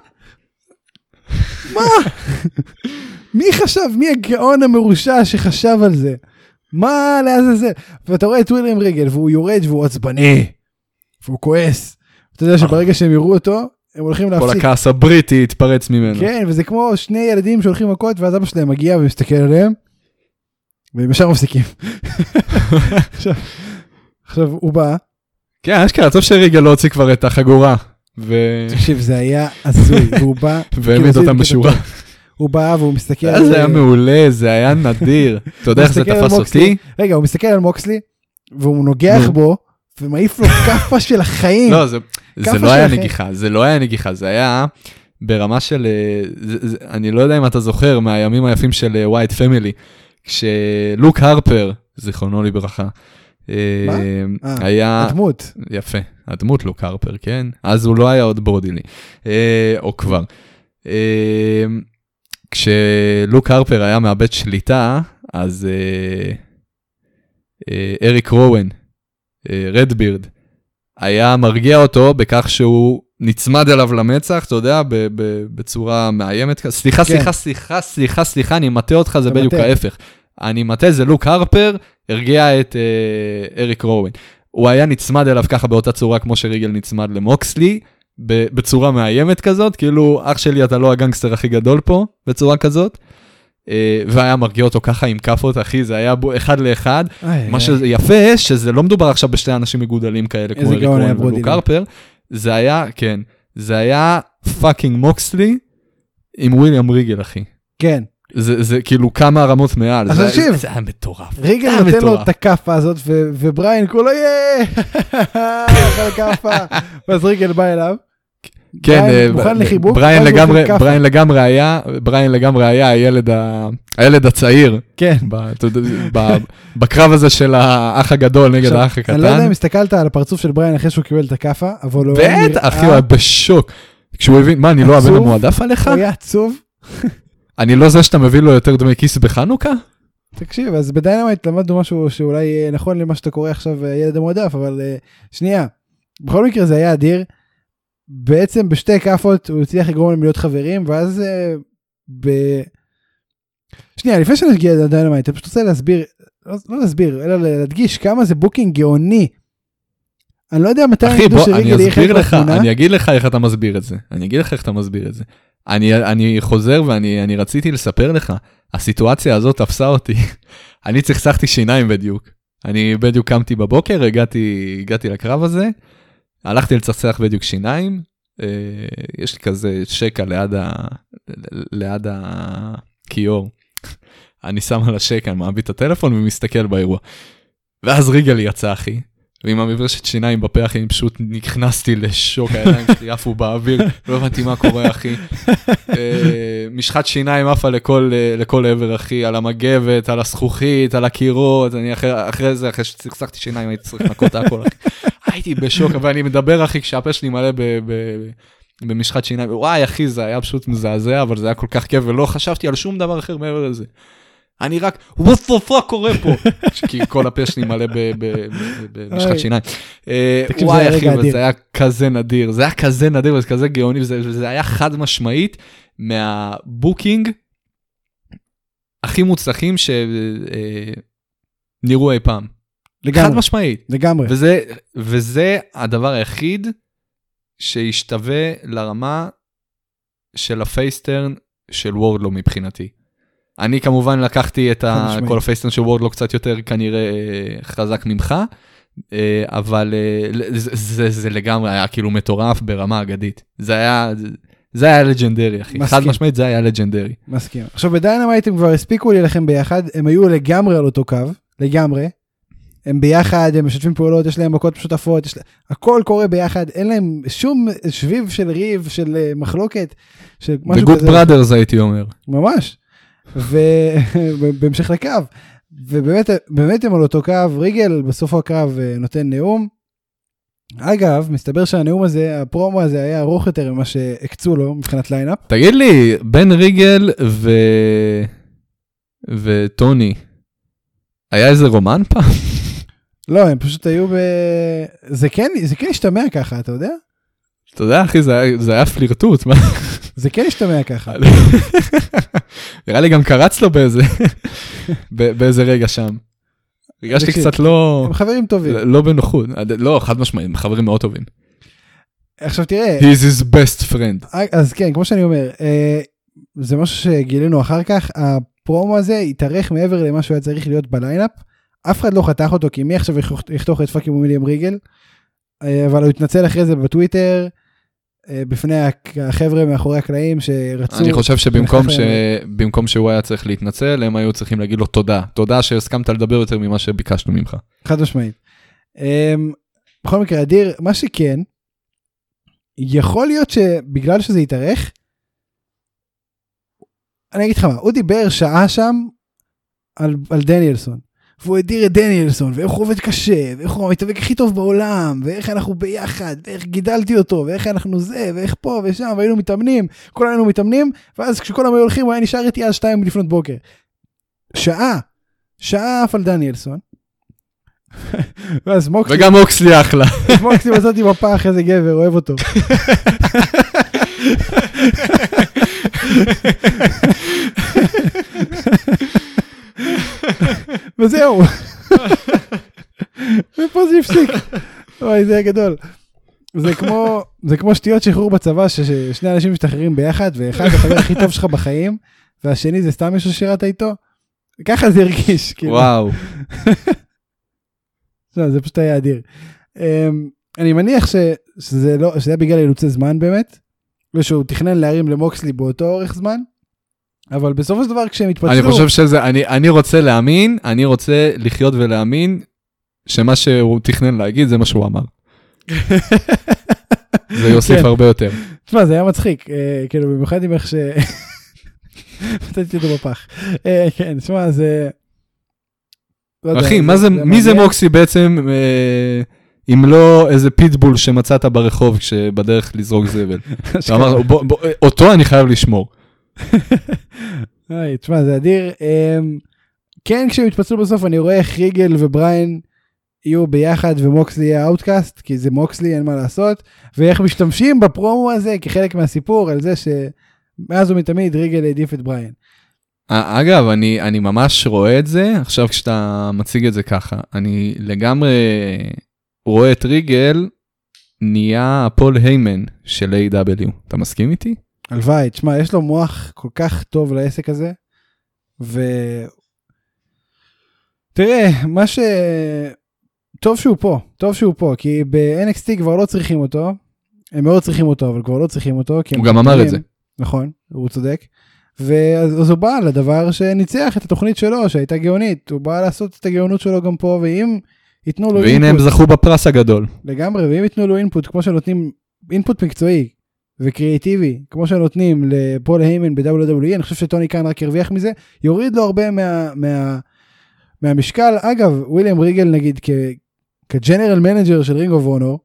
מה? מי חשב, מי הגאון המרושע שחשב על זה? מה לעזאזל? ואתה רואה את וויליאם ריגל, והוא יורד והוא עצבני, והוא כועס. אתה יודע שברגע שהם יראו אותו, הם הולכים להפסיק. כל הכעס הבריטי התפרץ ממנו. כן, וזה כמו שני ילדים שהולכים מכות, ואז אבא שלהם מגיע ומסתכל עליהם, והם ישר מפסיקים. עכשיו, עכשיו הוא בא. כן, אשכרה, טוב שריגל לא הוציא כבר את החגורה. תקשיב, זה היה עזוי, והוא בא. והעמיד אותם בשורה. הוא בא והוא מסתכל. זה היה מעולה, זה היה נדיר. אתה יודע איך זה תפס אותי? רגע, הוא מסתכל על מוקסלי, והוא נוגח בו, ומעיף לו כאפה של החיים. לא, זה לא היה נגיחה, זה לא היה נגיחה, זה היה ברמה של, אני לא יודע אם אתה זוכר, מהימים היפים של ווייט פמילי, כשלוק הרפר, זיכרונו לברכה, היה... הדמות. יפה, הדמות לוק הרפר, כן? אז הוא לא היה עוד ברודילי, או כבר. כשלוק הרפר היה מאבד שליטה, אז אריק רואן, רדבירד, היה מרגיע אותו בכך שהוא נצמד אליו למצח, אתה יודע, בצורה מאיימת. סליחה, סליחה, סליחה, סליחה, סליחה, אני מטה אותך, זה בדיוק ההפך. אני מטה, זה לוק הרפר, הרגיע את אריק רואן. הוא היה נצמד אליו ככה באותה צורה, כמו שריגל נצמד למוקסלי, בצורה מאיימת כזאת, כאילו, אח שלי, אתה לא הגנגסטר הכי גדול פה, בצורה כזאת. והיה מרגיע אותו ככה עם כפות, אחי, זה היה אחד לאחד. מה שיפה, שזה לא מדובר עכשיו בשתי אנשים מגודלים כאלה, כמו אריק רואן ולוק הרפר, זה היה, כן, זה היה פאקינג מוקסלי עם וויליאם ריגל, אחי. כן. זה כאילו כמה רמות מעל. אז תקשיב, זה היה מטורף. ריגל נותן לו את הכפה הזאת, ובריין כולו יהיה, אחלה כפה, ואז ריגל בא אליו. כן, בריין לגמרי, בריין לגמרי היה, בריין לגמרי היה הילד, הילד הצעיר. כן. בקרב הזה של האח הגדול נגד האח הקטן. אני לא יודע אם הסתכלת על הפרצוף של בריין אחרי שהוא קיבל את הכפה, אבל הוא היה נראה... אחי, הוא היה בשוק. כשהוא הבין, מה, אני לא הבן המועדף עליך? הוא היה עצוב. אני לא זה שאתה מביא לו יותר דמי כיס בחנוכה? תקשיב, אז בדיינמייט למדנו משהו שאולי נכון למה שאתה קורא עכשיו ילד המועדף, אבל שנייה, בכל מקרה זה היה אדיר. בעצם בשתי כפות הוא הצליח לגרום להם להיות חברים, ואז ב... שנייה, לפני שנגיע לדיינמייט, אני פשוט רוצה להסביר, לא, לא להסביר, אלא להדגיש כמה זה בוקינג גאוני. אני לא יודע מתי... אחי, בוא, אני אסביר לך, אני אגיד לך איך אתה מסביר את זה. אני אגיד לך איך אתה מסביר את זה. אני, אני חוזר ואני אני רציתי לספר לך, הסיטואציה הזאת תפסה אותי. אני צחצחתי שיניים בדיוק. אני בדיוק קמתי בבוקר, הגעתי, הגעתי לקרב הזה, הלכתי לצחצח בדיוק שיניים, יש לי כזה שקע ליד, ה, ליד הכיור, אני שם על השקע, אני מעביד את הטלפון ומסתכל באירוע, ואז ריגל יצא אחי, ועם המברשת שיניים בפה אחי, אני פשוט נכנסתי לשוק, הידיים שלי עפו באוויר, לא הבנתי מה קורה אחי, משחת שיניים עפה לכל, לכל עבר אחי, על המגבת, על הזכוכית, על הקירות, אני אחרי, אחרי זה, אחרי שצחצחתי שיניים, הייתי צריך לנקות הכל אחי, הייתי בשוק, אבל אני מדבר אחי, כשהפה שלי מלא ב, ב, במשחת שיניים, וואי אחי, זה היה פשוט מזעזע, אבל זה היה כל כך כיף, ולא חשבתי על שום דבר אחר מעבר לזה. אני רק, what the fuck קורה פה? כי כל הפה שלי מלא במשחת שיניים. וואי אחי, זה היה כזה נדיר, זה היה כזה נדיר, וזה כזה גאוני, וזה היה חד משמעית מהבוקינג הכי מוצלחים שנראו אי פעם. חד משמעית. לגמרי. וזה הדבר היחיד שהשתווה לרמה של הפייסטרן של וורדלו מבחינתי. אני כמובן לקחתי את כל הפייסטרן של וורדלו קצת יותר כנראה חזק ממך, אבל זה לגמרי היה כאילו מטורף ברמה אגדית. זה היה... זה היה לג'נדרי, אחי. חד משמעית, זה היה לג'נדרי. מסכים. עכשיו, בדיינמייט הם כבר הספיקו לי לכם ביחד, הם היו לגמרי על אותו קו, לגמרי. הם ביחד, הם משתפים פעולות, יש להם מכות משותפות, יש לה... הכל קורה ביחד, אין להם שום שביב של ריב, של מחלוקת. The good brothers, הייתי אומר. ממש. ובהמשך לקו. ובאמת באמת הם על אותו קו, ריגל בסוף הקרב נותן נאום. אגב, מסתבר שהנאום הזה, הפרומו הזה היה ארוך יותר ממה שהקצו לו מבחינת ליינאפ. תגיד לי, בין ריגל ו... וטוני, היה איזה רומן פעם? לא, הם פשוט היו ב... זה כן, זה כן השתמע ככה, אתה יודע? אתה יודע, אחי, זה היה, זה היה פלירטוט, מה? זה כן השתמע ככה. נראה לי גם קרץ לו באיזה, באיזה רגע שם. הרגשתי קצת לא... הם חברים טובים. לא בנוחות. לא, חד משמעית, הם חברים מאוד טובים. עכשיו תראה... He's his best friend. אז כן, כמו שאני אומר, זה משהו שגילינו אחר כך, הפרומו הזה התארך מעבר למה שהוא היה צריך להיות בליינאפ, אף אחד לא חתך אותו, כי מי עכשיו יכתוך את פאקים ומיליאם ריגל, אבל הוא התנצל אחרי זה בטוויטר, בפני החבר'ה מאחורי הקלעים שרצו... אני חושב שבמקום ש... במקום שהוא היה צריך להתנצל, הם היו צריכים להגיד לו תודה. תודה שהסכמת לדבר יותר ממה שביקשנו ממך. חד משמעית. בכל מקרה, אדיר, מה שכן, יכול להיות שבגלל שזה יתארך, אני אגיד לך מה, הוא דיבר שעה שם על, על דניאלסון. והוא הדיר את דניאלסון, ואיך הוא עובד קשה, ואיך הוא מתאבק הכי טוב בעולם, ואיך אנחנו ביחד, ואיך גידלתי אותו, ואיך אנחנו זה, ואיך פה ושם, והיינו מתאמנים, כולנו היינו מתאמנים, ואז כשכולם היו הולכים, הוא היה נשאר איתי עד שתיים לפנות בוקר. שעה, שעה אף על דניאלסון. ואז מוקסלי... וגם מוקסלי אחלה. מוקסלי מצאתי בפח, איזה גבר, אוהב אותו. וזהו. ופה זה הפסיק. אוי, זה היה גדול. זה כמו, זה כמו שטויות שחרור בצבא, ששני אנשים משתחררים ביחד, ואחד החבר הכי טוב שלך בחיים, והשני זה סתם מישהו ששירת איתו. ככה זה הרגיש. וואו. זה פשוט היה אדיר. אני מניח שזה לא, שזה היה בגלל אילוצי זמן באמת, ושהוא תכנן להרים למוקסלי באותו אורך זמן, אבל בסופו של דבר כשהם התפצלו... אני חושב שזה, אני, אני רוצה להאמין, אני רוצה לחיות ולהאמין, שמה שהוא תכנן להגיד זה מה שהוא אמר. זה יוסיף הרבה יותר. תשמע, זה היה מצחיק, כאילו במיוחד עם איך ש... נתתי אותו בפח. כן, תשמע, זה... אחי, מי זה מוקסי בעצם, אם לא איזה פיטבול שמצאת ברחוב כשבדרך לזרוק זבל? אותו אני חייב לשמור. תשמע, זה אדיר. כן, כשהם התפצלו בסוף, אני רואה איך ריגל ובריין יהיו ביחד ומוקסלי יהיה אאוטקאסט, כי זה מוקסלי, אין מה לעשות, ואיך משתמשים בפרומו הזה כחלק מהסיפור, על זה שמאז ומתמיד ריגל העדיף את בריין. אגב, אני, אני ממש רואה את זה, עכשיו כשאתה מציג את זה ככה, אני לגמרי רואה את ריגל, נהיה פול היימן של איי דאבליו. אתה מסכים איתי? הלוואי, תשמע, יש לו מוח כל כך טוב לעסק הזה, ו... תראה, מה ש... טוב שהוא פה, טוב שהוא פה, כי ב-אן אקס טי כבר לא צריכים אותו, הם מאוד צריכים אותו, אבל כבר לא צריכים אותו. הוא גם אמר את זה. נכון, הוא צודק. ואז הוא בא לדבר שניצח את התוכנית שלו, שהייתה גאונית, הוא בא לעשות את הגאונות שלו גם פה, ואם ייתנו לו... והנה הם זכו בפרס הגדול. לגמרי, ואם ייתנו לו אינפוט, כמו שנותנים, אינפוט מקצועי וקריאטיבי, כמו שנותנים לפול היימן ב-דאבליו דאבליו אי, אני חושב שטוני קאן רק ירוויח מזה, יוריד לו הרבה מה, מה, מהמשקל. אגב, וויליאם ריגל נגיד, כ, כג'נרל מנג'ר של רינג אוף אונור,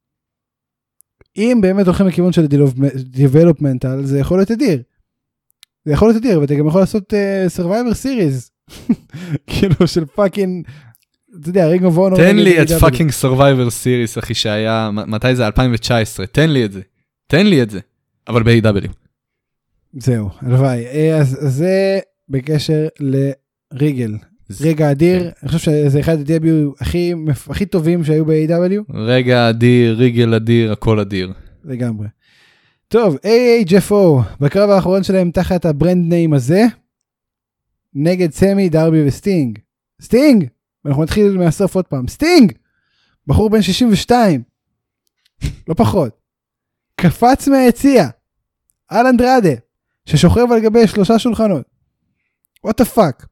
אם באמת הולכים לכיוון של developmental, זה יכול להיות אדיר. זה יכול להיות אדיר, ואתה גם יכול לעשות uh, Survivor Series, כאילו של פאקינג, אתה יודע, רינג אוף אונור. תן לי את פאקינג Survivor Series, אחי, שהיה, מתי זה? אלפיים תשע עשרה, תן לי את זה. תן לי את זה. אבל ב-איי דאבליו. זהו, הלוואי. אז זה בקשר לריגל. רגע אדיר, אני חושב שזה אחד הדביוט הכי, הכי טובים שהיו ב-איי דאבליו. רגע אדיר, ריגל אדיר, הכל אדיר. לגמרי. טוב, איי אייץ' אף או, בקרב האחרון שלהם תחת הברנד ניים הזה, נגד סמי, דרבי וסטינג. סטינג! ואנחנו נתחיל מהסוף עוד פעם. סטינג! בחור בן שישים ושתיים. לא פחות. קפץ מהיציע. על אנדרדה, ששוכב על גבי שלושה שולחנות. What the fuck?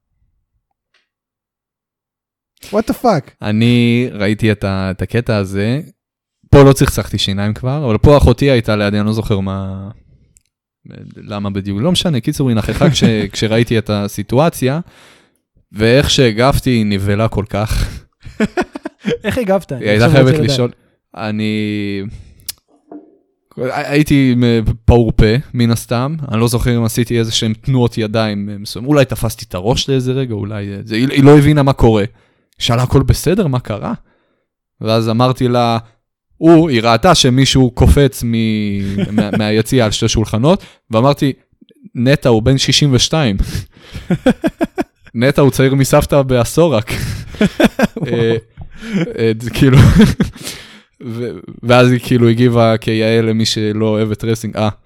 What the fuck? אני ראיתי את, ה, את הקטע הזה, פה לא צחצחתי שיניים כבר, אבל פה אחותי הייתה לידי, אני לא זוכר מה, למה בדיוק, לא משנה, קיצור היא נכחה כש, כשראיתי את הסיטואציה, ואיך שהגבתי, היא נבלה כל כך. איך הגבת? היא הייתה חייבת לשאול. אני... הייתי פאור פה, מן הסתם. אני לא זוכר אם עשיתי איזה שהם תנועות ידיים מסוים. אולי תפסתי את הראש לאיזה רגע, אולי... זה... היא לא הבינה מה קורה. שאלה, הכל בסדר? מה קרה? ואז אמרתי לה... הוא, היא ראתה שמישהו קופץ מ... מה... מהיציאה על שתי שולחנות, ואמרתי, נטע הוא בן שישים ושתיים. נטע הוא צעיר מסבתא בעשור רק. כאילו, ואז היא כאילו הגיבה כיעל למי שלא אוהב את רסינג. אה.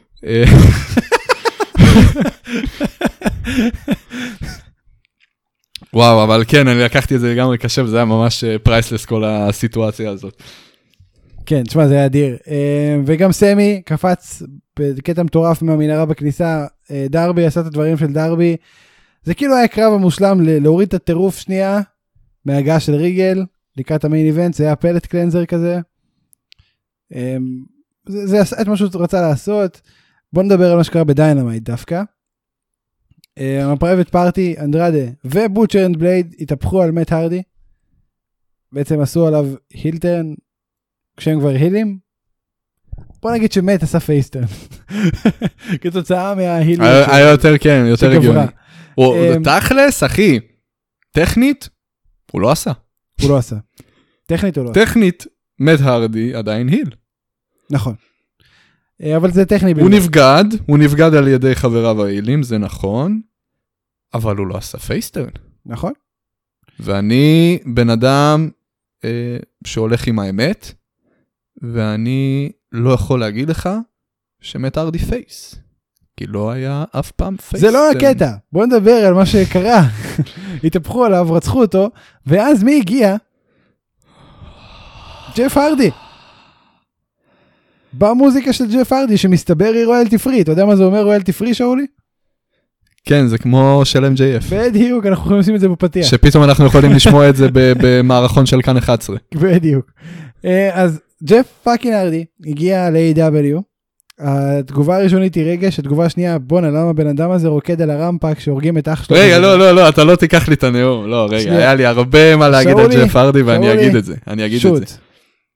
וואו, אבל כן, אני לקחתי את זה לגמרי קשה, וזה היה ממש פרייסלס כל הסיטואציה הזאת. כן, תשמע, זה היה אדיר. וגם סמי קפץ בקטע מטורף מהמנהרה בכניסה, דרבי עשה את הדברים של דרבי, זה כאילו היה קרב המושלם להוריד את הטירוף שנייה, מהגעה של ריגל, לקראת המיין איבנט, זה היה פלט קלנזר כזה, זה, זה את מה שהוא רצה לעשות. בוא נדבר על מה שקרה בדיינמייט דווקא. הפרייבט פארטי, אנדרדה ובוטשר אנד בלייד התהפכו על מאט הרדי, בעצם עשו עליו הילטרן, כשהם כבר הילים, בוא נגיד שמאט עשה פייסטרן, כתוצאה מההילים. היה יותר, כן, יותר הגיוני. תכלס, אחי, טכנית, הוא לא עשה. הוא לא עשה. טכנית הוא לא עשה. טכנית, מאט הרדי עדיין היל. נכון. אבל זה טכני. הוא נבגד, הוא נבגד על ידי חבריו ההילים, זה נכון, אבל הוא לא עשה פייסטרן. נכון. ואני בן אדם שהולך עם האמת, ואני לא יכול להגיד לך שמאט הרדי פייס. כי לא היה אף פעם פייס. זה לא הקטע. בוא נדבר על מה שקרה. התהפכו עליו, רצחו אותו, ואז מי הגיע? ג'ף הרדי. במוזיקה של ג'ף הרדי, שמסתבר היא רויאלטי פרי. אתה יודע מה זה אומר רויאלטי פרי, שאולי? כן, זה כמו של אם ג'יי אף. בדיוק, אנחנו יכולים לשים את זה בפתיח. שפתאום אנחנו יכולים לשמוע את זה במערכון של כאן אחת עשרה. בדיוק. אז ג'ף פאקינג הרדי הגיע ל-איי דאבליו. התגובה הראשונית היא רגש, התגובה השנייה, בונה, למה בן אדם הזה רוקד על הרמפה כשהורגים את אח שלו? רגע, לא, לא, לא, אתה לא תיקח לי את הנאום. לא, רגע, היה לי הרבה מה להגיד על ג'ף הרדי, ואני אגיד את זה. אני אגיד את זה.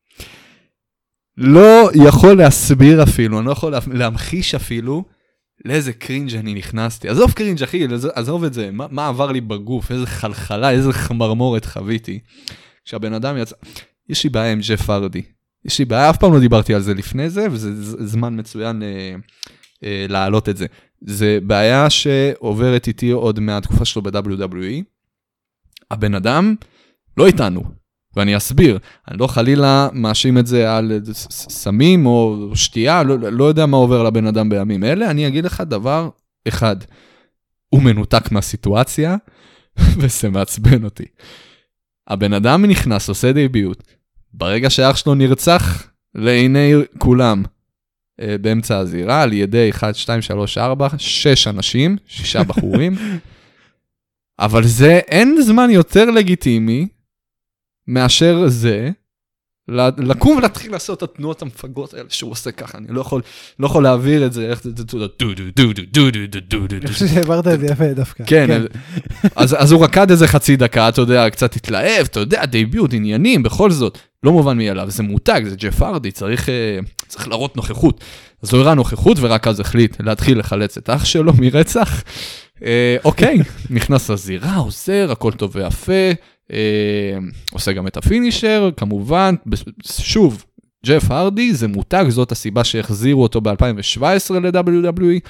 לא יכול להסביר אפילו, אני לא יכול להמחיש אפילו, לאיזה קרינג' אני נכנסתי. עזוב קרינג' אחי, עזוב את זה. מה, מה עבר לי בגוף? איזה חלחלה, איזה חמרמורת חוויתי. כשהבן אדם יצא... יש לי בעיה עם ג'ף הרדי. יש לי בעיה, אף פעם לא דיברתי על זה לפני זה, וזה זמן מצוין אה, אה, להעלות את זה. זה בעיה שעוברת איתי עוד מהתקופה שלו ב-דאבליו דאבליו אי. הבן אדם לא איתנו. ואני אסביר, אני לא חלילה מאשים את זה על סמים או שתייה, לא, לא יודע מה עובר לבן אדם בימים אלה, אני אגיד לך דבר אחד, הוא מנותק מהסיטואציה, וזה מעצבן אותי. הבן אדם נכנס, עושה דייביות, ברגע שאח שלו נרצח לעיני כולם, באמצע הזירה, על ידי אחת, שתיים, שלוש, ארבע, שש אנשים, שישה בחורים, אבל זה אין זמן יותר לגיטימי, מאשר זה, לקום ולהתחיל לעשות את התנועות המפגרות האלה שהוא עושה ככה, אני לא יכול, לא יכול להעביר את זה, איך זה, דו דו דו דו דו דו דו דו דו. אני חושב שהעברת את זה יפה דווקא. כן, אז הוא רקד איזה חצי דקה, אתה יודע, קצת התלהב, אתה יודע, דייביוט, עניינים, בכל זאת, לא מובן מאליו, זה מותג, זה ג'ף הרדי, צריך להראות נוכחות. אז הוא הראה נוכחות, ורק אז החליט להתחיל לחלץ את אח שלו מרצח. אוקיי, נכנס לזירה, עוזר, הכל טוב ויפה, עושה גם את הפינישר, כמובן, שוב, ג'ף הרדי זה מותג, זאת הסיבה שהחזירו אותו ב-אלפיים שבע עשרה ל-דאבליו דאבליו אי,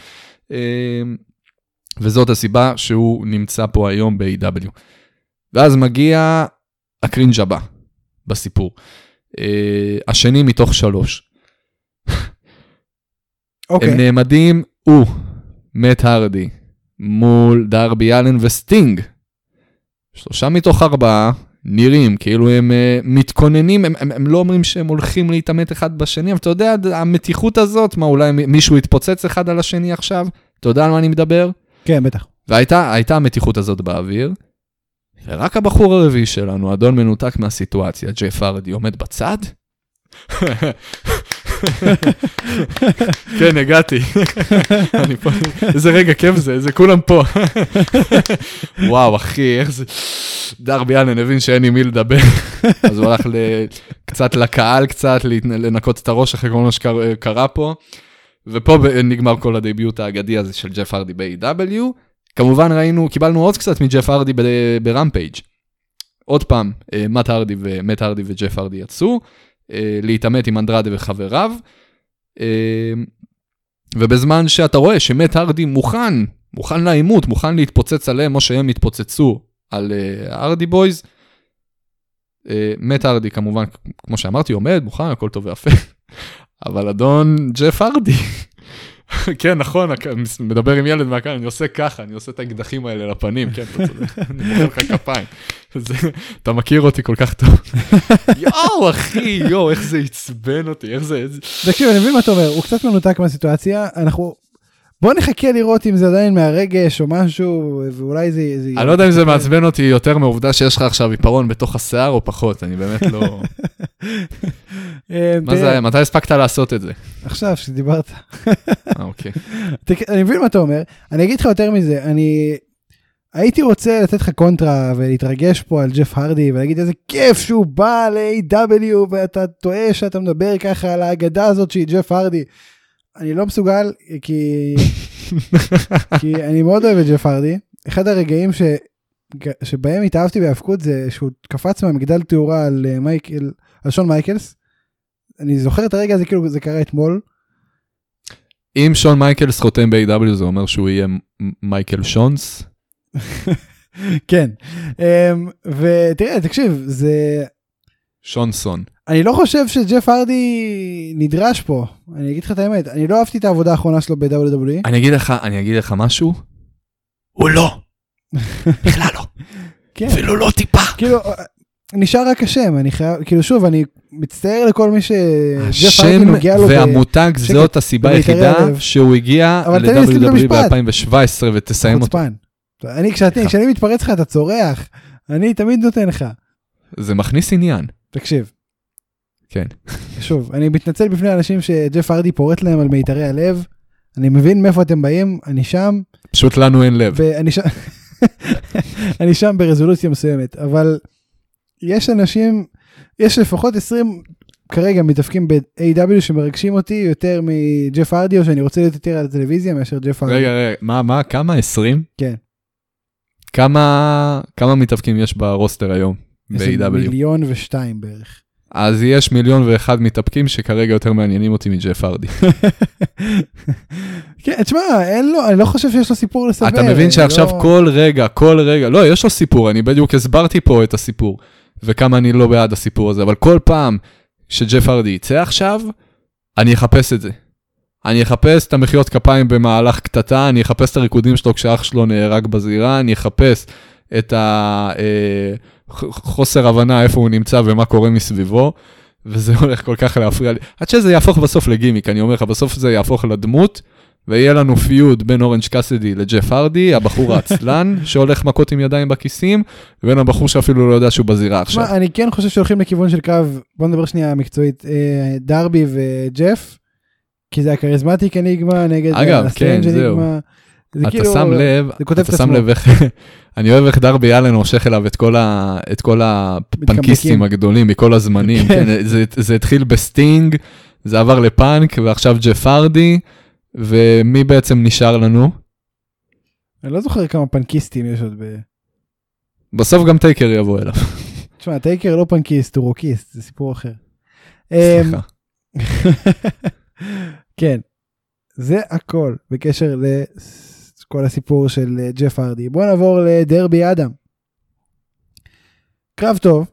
וזאת הסיבה שהוא נמצא פה היום ב-איי דאבליו. ואז מגיע הקרינג' הבא בסיפור. השני מתוך שלוש. הם נעמדים, הוא, מאט הרדי, מול דרבי אלן וסטינג. שלושה מתוך ארבעה נראים, כאילו הם uh, מתכוננים, הם, הם, הם לא אומרים שהם הולכים להתאמת אחד בשני, אבל אתה יודע, המתיחות הזאת, מה אולי מישהו יתפוצץ אחד על השני עכשיו? אתה יודע על מה אני מדבר? כן, בטח. והייתה הייתה המתיחות הזאת באוויר, ורק הבחור הרביעי שלנו, אדון מנותק מהסיטואציה, ג'ף הרדי, עומד בצד, כן, הגעתי. איזה רגע כיף זה, איזה כולם פה. וואו, אחי, איך זה... דרבי אלן הבין שאין עם מי לדבר. אז הוא הלך קצת לקהל, קצת לנקות את הראש אחרי כל מה שקרה פה. ופה נגמר כל הדביוט האגדי הזה של ג'ף הרדי ב-איי דאבליו. כמובן ראינו, קיבלנו עוד קצת מג'ף הרדי ברמפייג'. עוד פעם, מאט הרדי ומאט הרדי וג'ף הרדי יצאו, להתעמת עם אנדרדה וחבריו, ובזמן שאתה רואה שמאט הרדי מוכן, מוכן לעימות, מוכן להתפוצץ עליהם, או שהם התפוצצו על הרדי בויז, מאט הרדי כמובן, כמו שאמרתי, עומד, מוכן, הכל טוב ויפה, אבל אדון ג'ף הרדי, כן, נכון, מדבר עם ילד מהכאן, אני עושה ככה, אני עושה את האקדחים האלה לפנים, כן, אתה צודק, אני מוכר לך כפיים. אתה מכיר אותי כל כך טוב. יואו, אחי, יואו, איך זה יצבן אותי, איך זה... תקשיב, אני מבין מה אתה אומר, הוא קצת מנותק מהסיטואציה, אנחנו... בוא נחכה לראות אם זה עדיין מהרגש או משהו, ואולי זה... אני לא יודע אם זה מעצבן אותי יותר מהעובדה שיש לך עכשיו עיפרון בתוך השיער או פחות, אני באמת לא... מה זה היה? מתי הספקת לעשות את זה? עכשיו, שדיברת. אה, אוקיי. אני מבין מה אתה אומר, אני אגיד לך יותר מזה, אני הייתי רוצה לתת לך קונטרה ולהתרגש פה על ג'ף הרדי, ולהגיד איזה כיף שהוא בא ל-איי דאבליו, ואתה טועה שאתה מדבר ככה על האגדה הזאת שהיא ג'ף הרדי. אני לא מסוגל, כי, כי אני מאוד אוהב את ג'ף הרדי. אחד הרגעים ש, שבהם התאהבתי בהפקות זה שהוא קפץ מהמגדל תאורה על מייקל, על שון מייקלס. אני זוכר את הרגע הזה כאילו זה קרה אתמול. אם שון מייקלס חותם ב-איי דאבליו זה אומר שהוא יהיה מייקל שונס? כן. ותראה, תקשיב, זה... שונסון. אני לא חושב שג'ף הרדי נדרש פה. אני אגיד לך את האמת. אני לא אהבתי את העבודה האחרונה שלו ב-דאבליו דאבליו אי. אני אגיד לך, אני אגיד לך משהו? הוא לא. בכלל לא. אפילו לא טיפה. כאילו, נשאר רק השם. אני חייב, כאילו שוב, אני מצטער לכל מי שג'ף הרדי מגיע לו. השם והמותג זאת הסיבה היחידה שהוא הגיע ל-דאבליו דאבליו אי ב-אלפיים שבע עשרה ותסיים אותו. אני, כשאני מתפרץ לך, אתה צורח. אני תמיד נותן לך. זה מכניס עניין. תקשיב. כן. שוב, אני מתנצל בפני אנשים שג'ף הרדי פורט להם על מיתרי הלב. אני מבין מאיפה אתם באים, אני שם. פשוט לנו אין לב. אני שם, אני שם ברזולוציה מסוימת, אבל יש אנשים, יש לפחות עשרים כרגע מתאפקים ב-איי דאבליו שמרגשים אותי יותר מג'ף הרדי, או שאני רוצה להיות יותר על הטלוויזיה מאשר ג'ף הרדי. רגע, רגע, מה, מה, כמה? עשרים? כן. כמה, כמה מתאפקים יש ברוסטר היום ב-איי דאבליו? מיליון ושתיים בערך. אז יש מיליון ואחד מתאפקים שכרגע יותר מעניינים אותי מג'ף הרדי. כן, תשמע, אין לו, אני לא חושב שיש לו סיפור לספר. אתה מבין שעכשיו כל רגע, כל רגע, לא, יש לו סיפור, אני בדיוק הסברתי פה את הסיפור, וכמה אני לא בעד הסיפור הזה, אבל כל פעם שג'ף הרדי יצא עכשיו, אני אחפש את זה. אני אחפש את המחיאות כפיים במהלך קטטה, אני אחפש את הריקודים שלו כשאח שלו נהרג בזירה, אני אחפש את החוסר הבנה איפה הוא נמצא ומה קורה מסביבו, וזה הולך כל כך להפריע לי. עד שזה יהפוך בסוף לגימיק, אני אומר לך, בסוף זה יהפוך לדמות, ויהיה לנו פיוד בין אורנג' קאסידי לג'ף הרדי, הבחור העצלן שהולך מכות עם ידיים בכיסים, ובין הבחור שאפילו לא יודע שהוא בזירה עכשיו. תשמע, אני כן חושב שהולכים לכיוון של קרב, בוא נדבר שנייה מקצועית, דרבי וג'ף, כי זה הקריזמטיק אניגמה נגד הסטרנג' אניגמה. אתה שם לב, אתה שם לב איך, אני אוהב איך דרבי אלן מושך אליו את כל הפנקיסטים הגדולים מכל הזמנים, זה התחיל בסטינג, זה עבר לפאנק, ועכשיו ג'ף הרדי, ומי בעצם נשאר לנו? אני לא זוכר כמה פנקיסטים יש עוד ב... בסוף גם טייקר יבוא אליו. תשמע, טייקר לא פנקיסט, הוא רוקיסט, זה סיפור אחר. סליחה. כן, זה הכל בקשר לכל הסיפור של ג'ף הרדי. בואו נעבור לדרבי אדם. קרב טוב.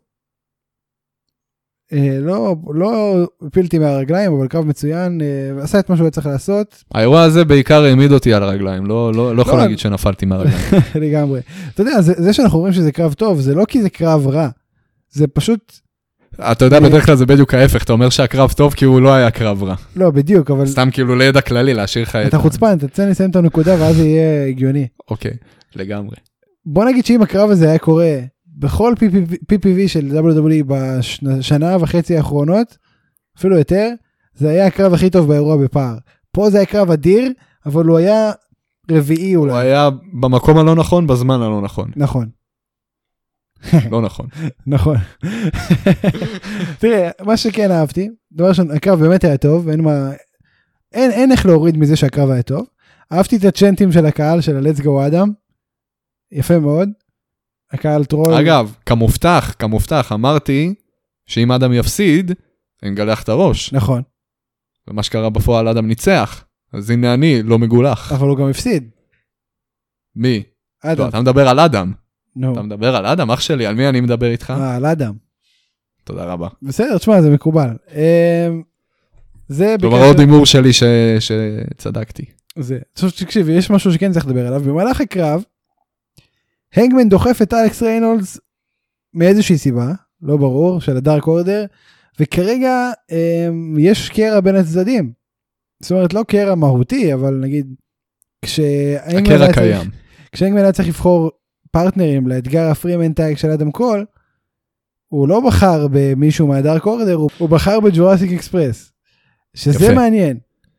לא, לא הפילתי מהרגליים, אבל קרב מצוין, עשה את מה שהוא צריך לעשות. האירוע הזה בעיקר העמיד אותי על הרגליים, לא, לא, לא יכול להגיד שנפלתי מהרגליים. לגמרי. אתה יודע, זה, זה שאנחנו אומרים שזה קרב טוב, זה לא כי זה קרב רע, זה פשוט... אתה יודע, בדרך כלל זה בדיוק ההפך, אתה אומר שהקרב טוב כי הוא לא היה קרב רע. לא, בדיוק, אבל... סתם כאילו לידע כללי, להשאיר לך את... אתה חוצפן, תצא נסיים את הנקודה, ואז זה יהיה הגיוני. אוקיי, לגמרי. בוא נגיד שאם הקרב הזה היה קורה בכל פי פי וי של דאבליו דאבליו אי בשנה וחצי האחרונות, אפילו יותר, זה היה הקרב הכי טוב באירוע בפער. פה זה היה קרב אדיר, אבל הוא היה רביעי אולי. הוא היה במקום הלא נכון, בזמן הלא נכון. נכון. לא נכון. נכון. תראה, מה שכן אהבתי, דבר ראשון, הקרב באמת היה טוב, ואין מה, אין, אין איך להוריד מזה שהקרב היה טוב. אהבתי את הצ'נטים של הקהל, של ה-Let's Go Adam. יפה מאוד. הקהל טרול. אגב, כמובטח, כמובטח, אמרתי שאם אדם יפסיד, אני מגלח את הראש. נכון. ומה שקרה בפועל, אדם ניצח. אז הנה אני, לא מגולח. אבל הוא גם הפסיד. מי? אדם. לא, אתה מדבר על אדם. נו. אתה מדבר על אדם, אח שלי, על מי אני מדבר איתך? אה, על אדם. תודה רבה. בסדר, תשמע, זה מקובל. זה כלומר, עוד הימור שלי שצדקתי. זה. תקשיב, יש משהו שכן צריך לדבר עליו. במהלך הקרב, הנגמן דוחף את אלכס ריינולדס מאיזושהי סיבה, לא ברור, של הדארק אורדר, וכרגע יש קרע בין הצדדים. זאת אומרת, לא קרע מהותי, אבל נגיד, הקרע קיים. כשהנגמן היה צריך לבחור פרטנרים לאתגר הפרימן טאג של אדם קול, הוא לא בחר במישהו מהדארק אורדר, הוא בחר בג'ורסיק אקספרס, שזה יפה. מעניין.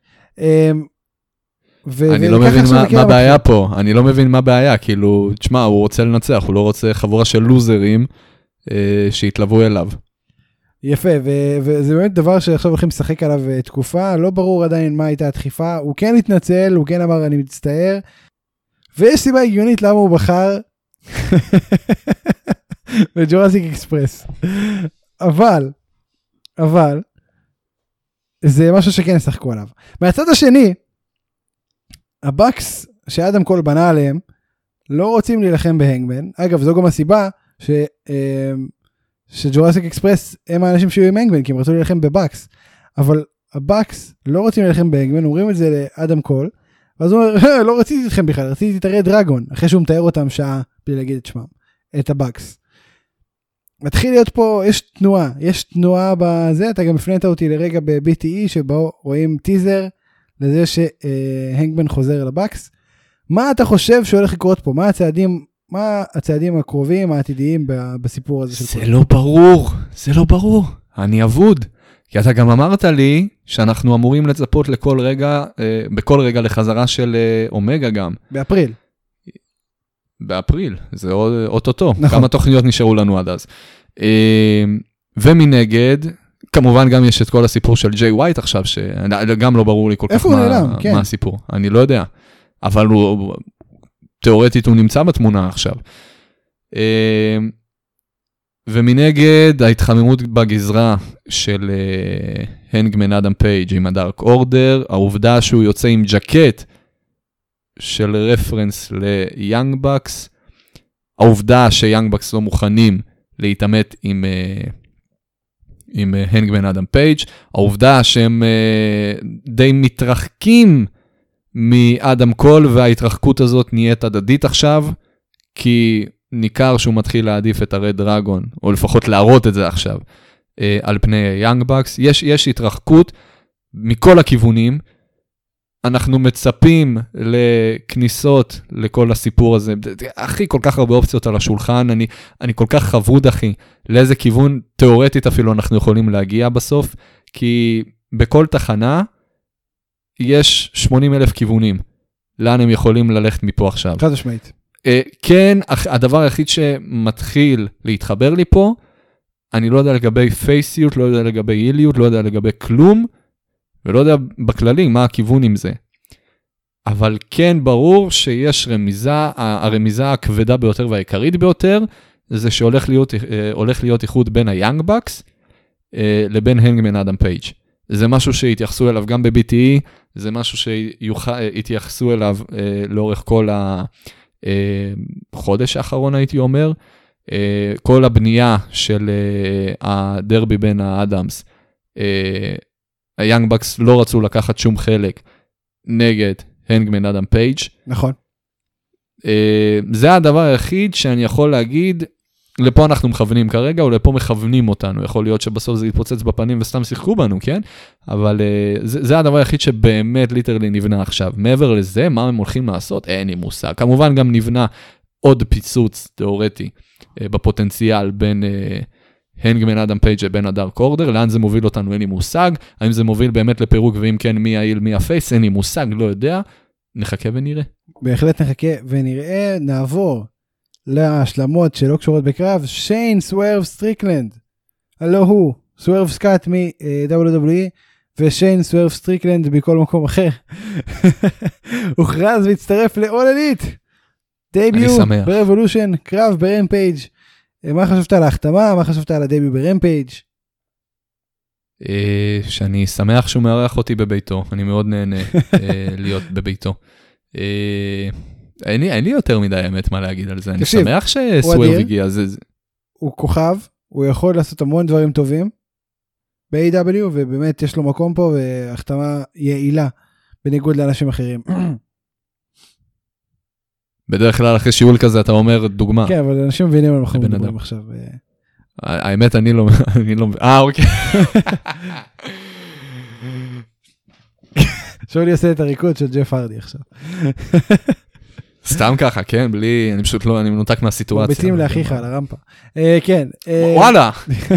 ו- אני לא מבין מה, מה הבעיה פה, אני לא מבין מה הבעיה, כאילו, תשמע, הוא רוצה לנצח, הוא לא רוצה חבורה של לוזרים אה, שהתלוו אליו. יפה, ו- וזה באמת דבר שעכשיו הולכים לשחק עליו תקופה, לא ברור עדיין מה הייתה הדחיפה, הוא כן התנצל, הוא כן אמר אני מצטער, ויש סיבה הגיונית למה הוא בחר בג'ורסיק אקספרס. אבל, אבל, זה משהו שכן ישחקו עליו. מהצד השני, הבקס שאדם קול בנה עליהם, לא רוצים להילחם בהנגמן. אגב, זו גם הסיבה ש, שג'ורסיק אקספרס הם האנשים שיהיו עם הנגמן, כי הם רצו להילחם בבקס. אבל הבקס לא רוצים להילחם בהנגמן, אומרים את זה לאדם קול, ואז הוא אומר, לא רציתי להתחם בכלל, רציתי את הרי דרגון, אחרי שהוא מתאר אותם שעה, בלי להגיד את שמם, את הבקס. מתחיל להיות פה, יש תנועה, יש תנועה בזה, אתה גם הפנית אותי לרגע ב-בי טי אי, שבו רואים טיזר, לזה שהנגמן חוזר לבקס. מה אתה חושב שהולך לקרות פה? מה הצעדים, מה הצעדים הקרובים, העתידיים בסיפור הזה? זה לא ברור, זה לא ברור. אני אבוד. כי אתה גם אמרת לי שאנחנו אמורים לצפות לכל רגע, בכל רגע לחזרה של אומגה גם. באפריל. באפריל, זה אוטוטו. כמה תוכניות נשארו לנו עד אז. ומנגד, כמובן גם יש את כל הסיפור של ג'יי ווייט עכשיו, שגם לא ברור לי כל כך מה הסיפור. אני לא יודע. אבל הוא, תיאורטית הוא נמצא בתמונה עכשיו. ומנגד ההתחממות בגזרה של הנגמן אדם פייג' עם הדארק אורדר, העובדה שהוא יוצא עם ג'קט של רפרנס ליאנג בקס, העובדה שיאנג בקס לא מוכנים להתעמת עם, עם הנגמן אדם פייג', העובדה שהם די מתרחקים מאדם קול, וההתרחקות הזאת נהיית הדדית עכשיו, כי ניכר שהוא מתחיל להעדיף את הרד דרגון, או לפחות להראות את זה עכשיו, על פני יאנג בקס. יש, יש התרחקות מכל הכיוונים, אנחנו מצפים לכניסות לכל הסיפור הזה, אחי, כל כך הרבה אופציות על השולחן, אני, אני כל כך חבוד, אחי, לאיזה כיוון תיאורטית אפילו אנחנו יכולים להגיע בסוף, כי בכל תחנה יש שמונים אלף כיוונים, לאן הם יכולים ללכת מפה עכשיו. חד משמעית. כן, הדבר היחיד שמתחיל להתחבר לי פה, אני לא יודע לגבי פייסיות, לא יודע לגבי איליות, לא יודע לגבי כלום, ולא יודע בכללי מה הכיוון עם זה. אבל כן ברור שיש רמיזה, הרמיזה הכבדה ביותר והעיקרית ביותר, זה שהולך להיות, הולך להיות איחוד בין היאנג בקס, לבין הנגמן אדם פייג'. זה משהו שהתייחסו אליו גם ב-בי טי אי, זה משהו שהתייחסו אליו לאורך כל החודש האחרון, הייתי אומר. כל הבנייה של הדרבי בין האדמס, היאנג בקס לא רצו לקחת שום חלק נגד הנגמן אדם פייג'. נכון. זה הדבר היחיד שאני יכול להגיד, לפה אנחנו מכוונים כרגע, או לפה מכוונים אותנו. יכול להיות שבסוף זה יתפוצץ בפנים וסתם שיחקו בנו, כן? אבל זה, זה הדבר היחיד שבאמת ליטרלי נבנה עכשיו. מעבר לזה, מה הם הולכים לעשות? אין לי מושג. כמובן גם נבנה עוד פיצוץ תיאורטי בפוטנציאל בין הנגמן אדם פייג' לבין הדארק אורדר, לאן זה מוביל אותנו, אין לי מושג, האם זה מוביל באמת לפירוק, ואם כן, מי העיל, מי הפייס, אין לי מושג, לא יודע, נחכה ונראה. בהחלט נחכה ונראה, נעבור להשלמות שלא קשורות בקרב, שיין סוורב סטריקלנד, הלא הוא, סוורב סקאט מ-דאבליו דאבליו אי, ושיין סוורב סטריקלנד בכל מקום אחר, הוכרז והצטרף ל-All Elite, דייביו ברבולושן, קרב ברמפייג'. מה חשבת על ההחתמה? מה חשבת על הדייביו ברמפייג'? שאני שמח שהוא מארח אותי בביתו, אני מאוד נהנה להיות בביתו. אין לי יותר מדי האמת מה להגיד על זה, אני שמח שסוורב הגיע. הוא כוכב, הוא יכול לעשות המון דברים טובים ב-איי דאבליו, ובאמת יש לו מקום פה, והחתמה יעילה, בניגוד לאנשים אחרים. בדרך כלל אחרי שיעול כזה אתה אומר דוגמה. כן, אבל אנשים מבינים על אנחנו מדברים עכשיו. האמת אני לא, אני לא, אה אוקיי. שאולי עושה את הריקוד של ג'ף הרדי עכשיו. סתם ככה, כן, בלי, אני פשוט לא, אני מנותק מהסיטואציה. ביצים לאחיך על הרמפה. כן. וואלה.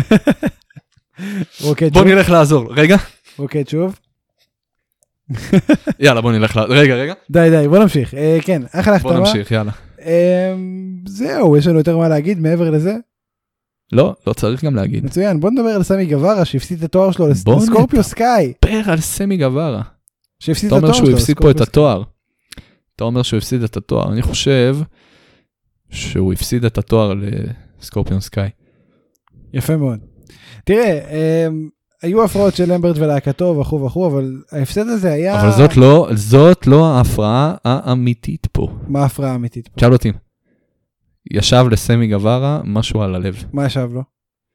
בוא נלך לעזור, רגע. אוקיי, שוב. יאללה, בוא נלך לעזור, רגע, רגע. די, די, בוא נמשיך. כן, אחלה החתמה. בוא נמשיך, יאללה. זהו, יש לנו יותר מה להגיד מעבר לזה. לא, לא צריך גם להגיד. מצוין, בוא נדבר על סמי גווארה, שהפסיד את התואר שלו לסקורפיו סקאי. בוא נדבר על סמי גווארה. שהפסיד את התואר שלו. אתה אומר שהוא הפסיד פה את התואר. אתה אומר שהוא הפסיד את התואר. אני חושב שהוא הפסיד את התואר לסקורפיון סקאי. יפה מאוד. תראה, היו הפרעות של למברט ולהקתו וכו' וכו', אבל ההפסד הזה היה... אבל זאת לא, זאת לא ההפרעה האמיתית פה. מה ההפרעה האמיתית פה? שאל אותי. ישב לסמי גווארה משהו על הלב. מה ישב לו?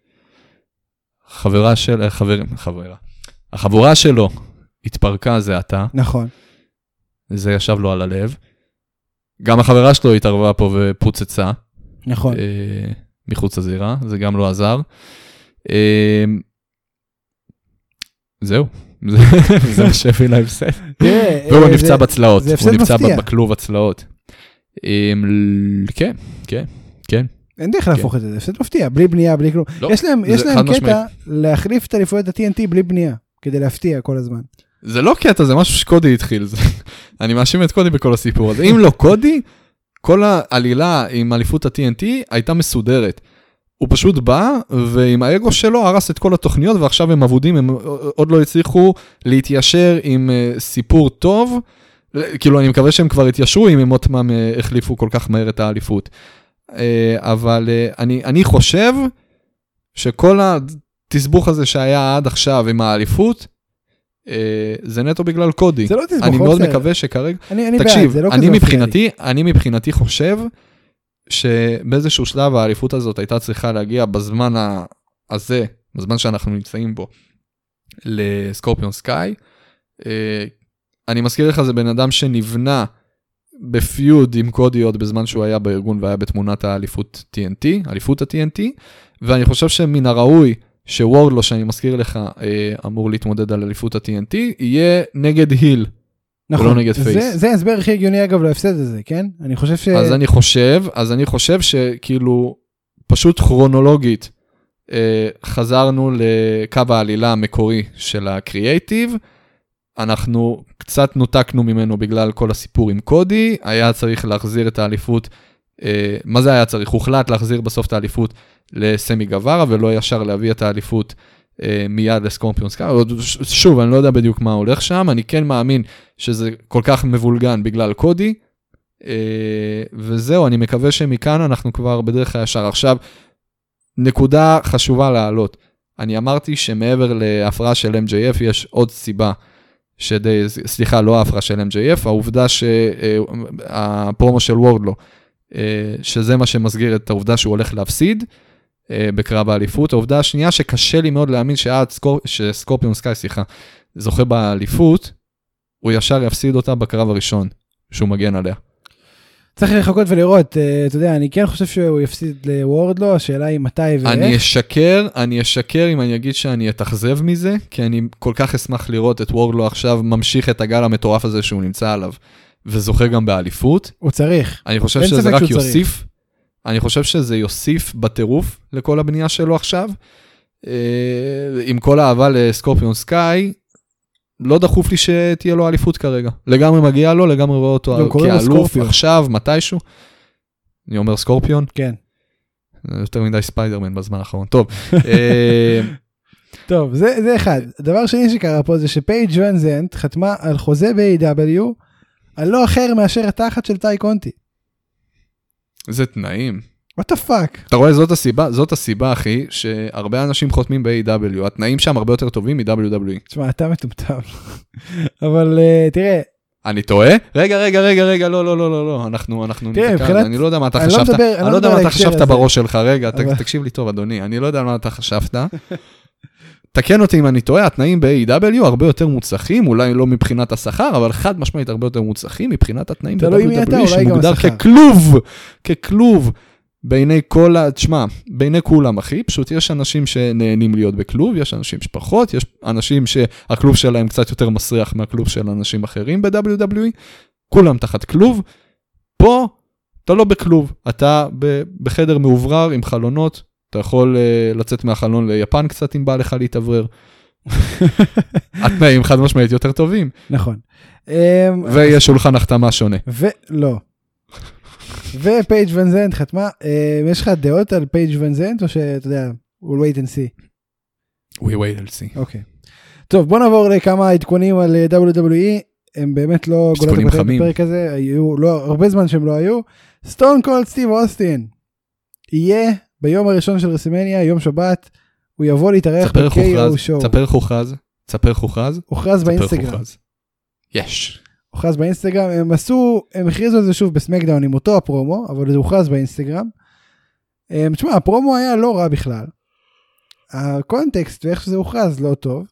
חברה של, חברים, חברה. החבורה שלו התפרקה, זה אתה. נכון. זה ישב לו על הלב. גם החברה שלו התערבה פה ופוצצה. נכון. אה, מחוץ לזירה, זה גם לא עזר. אה, זהו. זה מה שהביא להפסד. והוא נפצע בצלעות. הוא נפצע בכלוב הצלעות. כן, כן, כן. אין דרך להפוך את זה, זה הפסד מפתיע, בלי בנייה, בלי כלום. יש להם קטע להחליף את אליפויות ה-טי אן טי בלי בנייה, כדי להפתיע כל הזמן. זה לא קטע, זה משהו שקודי התחיל. אני מאשים את קודי בכל הסיפור הזה. אם לא קודי, כל העלילה עם אליפות ה-טי אן טי הייתה מסודרת. הוא פשוט בא, ועם האגו שלו הרס את כל התוכניות, ועכשיו הם עבודים, הם עוד לא הצליחו להתיישר עם סיפור טוב, כאילו אני מקווה שהם כבר התיישרו, אם הם עוד פעם החליפו כל כך מהר את האליפות. אבל אני, אני חושב שכל התסבוך הזה שהיה עד עכשיו עם האליפות, זה נטו בגלל קודי. זה לא תסבוך. אני מאוד מקווה שכרגע... אני, אני תקשיב, בעד, זה לא אני מבחינתי, אני מבחינתי חושב שבאיזשהו שלב האליפות הזאת הייתה צריכה להגיע בזמן הזה, בזמן שאנחנו נמצאים בו, לסקורפיון סקאי. אני מזכיר לך, זה בן אדם שנבנה בפיוד עם קודי עוד בזמן שהוא היה בארגון והיה בתמונת האליפות טי אן טי, אליפות ה-טי אן טי, ואני חושב שמן הראוי שוורדלו, שאני מזכיר לך, אמור להתמודד על אליפות ה-טי אן טי, יהיה נגד היל, נכון. ולא נגד פייס. זה, זה הסבר הכי הגיוני אגב להפסד הזה, כן? אני חושב ש... אז אני חושב, אז אני חושב שכאילו, פשוט כרונולוגית, חזרנו לקו העלילה המקורי של הקריאייטיב, אנחנו קצת נותקנו ממנו בגלל כל הסיפור עם קודי, היה צריך להחזיר את האליפות, אה, מה זה היה צריך? הוחלט להחזיר בסוף את האליפות לסמי גווארה, ולא ישר להביא את האליפות אה, מיד לסקורפיון סקאי. שוב, אני לא יודע בדיוק מה הולך שם, אני כן מאמין שזה כל כך מבולגן בגלל קודי, אה, וזהו, אני מקווה שמכאן אנחנו כבר בדרך הישר. עכשיו, נקודה חשובה לעלות. אני אמרתי שמעבר להפרעה של אם ג'יי אף יש עוד סיבה, שדי, סליחה, לא ההפרעה של אם ג'יי אף, העובדה שהפרומו של וורדלו, שזה מה שמסגיר את העובדה שהוא הולך להפסיד בקרב האליפות. העובדה השנייה שקשה לי מאוד להאמין שסקורפיון סקאי, סליחה, זוכה באליפות, הוא ישר יפסיד אותה בקרב הראשון שהוא מגן עליה. צריך לחכות ולראות, אתה יודע, אני כן חושב שהוא יפסיד לוורדלו, השאלה היא מתי ואיך. אני אשקר, אני אשקר אם אני אגיד שאני אתאכזב מזה, כי אני כל כך אשמח לראות את וורדלו עכשיו ממשיך את הגל המטורף הזה שהוא נמצא עליו, וזוכה גם באליפות. הוא צריך. אני חושב שזה רק יוסיף, אני חושב שזה יוסיף בטירוף לכל הבנייה שלו עכשיו. עם כל האהבה לסקורפיון סקאי, לא דחוף לי שתהיה לו אליפות כרגע. לגמרי מגיע לו, לגמרי רואה אותו כאלוף עכשיו, מתישהו. אני אומר סקורפיון. כן. יותר מדי ספיידרמן בזמן האחרון. טוב. טוב, זה, זה אחד. דבר שני שקרה פה זה שפייג' ון זנט חתמה על חוזה ב-איי דאבליו, על לא אחר מאשר התחת של טאי קונטי. זה תנאים. What the fuck? אתה רואה, זאת הסיבה, זאת הסיבה, אחי, שהרבה אנשים חותמים ב-איי דאבליו. התנאים שם הרבה יותר טובים מ-דאבליו דאבליו אי. תשמע, אתה מטומטם. אבל uh, תראה. אני טועה? רגע, רגע, רגע, רגע, לא, לא, לא, לא, לא. אנחנו, אנחנו תראה, מבחינת... אני לא יודע מה אתה חשבת. לא מדבר, אני לא יודע לא מה אתה חשבת הזה. בראש שלך. רגע, אבל... תקשיב לי טוב, אדוני. אני לא יודע מה אתה חשבת. תקן אותי אם אני טועה, התנאים ב-איי דאבליו הרבה יותר מוצלחים, אולי לא מבחינת השכר, אבל חד משמעית הרבה יותר מוצלחים מבחינת התנאים ב-דאבליו דאבליו אי, שמוגדר ככלוב, ככלוב, בעיני כל, תשמע, בעיני כולם, אחי, פשוט יש אנשים שנהנים להיות בכלוב, יש אנשים שפחות, יש אנשים שהכלוב שלהם קצת יותר מסריח מהכלוב של אנשים אחרים ב-דאבליו דאבליו אי, כולם תחת כלוב, פה אתה לא בכלוב, אתה בחדר מאוברר עם חלונות, אתה יכול uh, לצאת מהחלון ליפן קצת אם בא לך להתעברר. התנאים חד משמעית יותר טובים. נכון. ויש שולחן החתמה שונה. ולא. ופייג' ון זנט חתמה, יש לך דעות על פייג' ון זנט או שאתה יודע, we'll wait and see? We wait and see. אוקיי. טוב, בוא נעבור לכמה עדכונים על דאבליו דאבליו אי, הם באמת לא גולת הכותרת בפרק הזה, היו לא, הרבה זמן שהם לא היו. סטון קולד סטיב אוסטין, יהיה ביום הראשון של רסלמניה, יום שבת, הוא יבוא להתארח ב-קיי או שואו. תספר איך הוכרז, תספר איך הוכרז. הוכרז באינסטגרם. יש. הוכרז באינסטגרם, הם עשו, הם הכריזו על זה שוב בסמקדאון עם אותו הפרומו, אבל זה הוכרז באינסטגרם. תשמע, הפרומו היה לא רע בכלל. הקונטקסט ואיך שזה הוכרז לא טוב.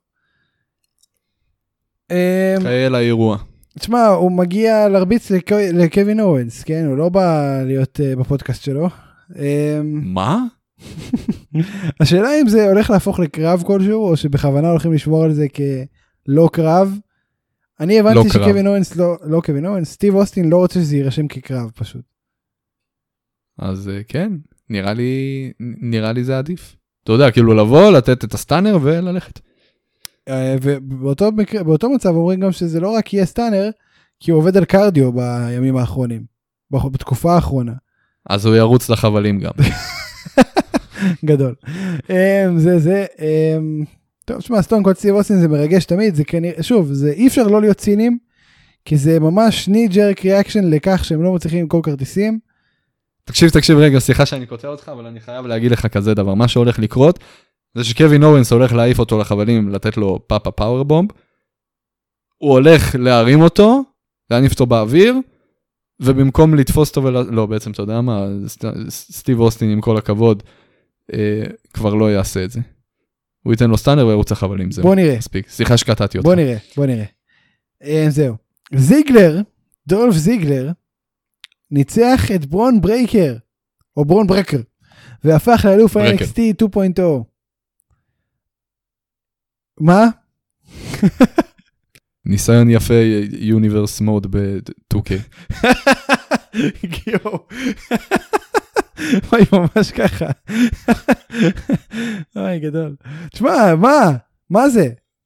כאלה האירוע. תשמע, הוא מגיע להרביץ לקווין אורנס, כן? הוא לא בא להיות בפודקאסט שלו. מה? השאלה אם זה הולך להפוך לקרב כלשהו, או שבכוונה הולכים לשמור על זה כלא קרב. אני הבנתי שקווין אורנס, לא, לא קווין אורנס, סטיב אוסטין לא רוצה שזה יירשם כקרב פשוט. אז כן, נראה לי, נראה לי זה עדיף. אתה יודע, כאילו לבוא, לתת את הסטאנר וללכת. ובאותו מקרה, באותו מצב אומרים גם שזה לא רק יהיה סטאנר, כי הוא עובד על קרדיו בימים האחרונים, בתקופה האחרונה. אז הוא ירוץ לחבלים גם. גדול. זה, זה, טוב, שמה, סטון קולד סטיב אוסטין זה מרגש תמיד, זה כנראה, שוב, זה אי אפשר לא להיות צינים, כי זה ממש ני ג'רק ריאקשן לכך שהם לא מצליחים למכור כרטיסים. תקשיב, תקשיב רגע, סליחה שאני קוטע אותך, אבל אני חייב להגיד לך כזה דבר, מה שהולך לקרות, זה שקווין אורנס הולך להעיף אותו לחבלים, לתת לו פאפה פאוור בומב, הוא הולך להרים אותו, להניף אותו באוויר, ובמקום לתפוס אותו ול... לא, בעצם אתה יודע מה, סטיב אוסטין עם כל הכבוד, אה, כבר לא יעשה את זה. הוא ייתן לו סטאנר וירוץ החבלים, זהו. בוא נראה. מספיק, סליחה שקטעתי אותך. בוא נראה, בוא נראה. אה, זהו. זיגלר, דולף זיגלר, ניצח את ברון ברייקר, או ברון ברקר, והפך לאלוף ה-אן אקס טי שתיים נקודה אפס. מה? ניסיון יפה יוניברס מוד ב-טו קיי. גיאו. אוי, ממש ככה. אוי, גדול. תשמע, מה? מה זה?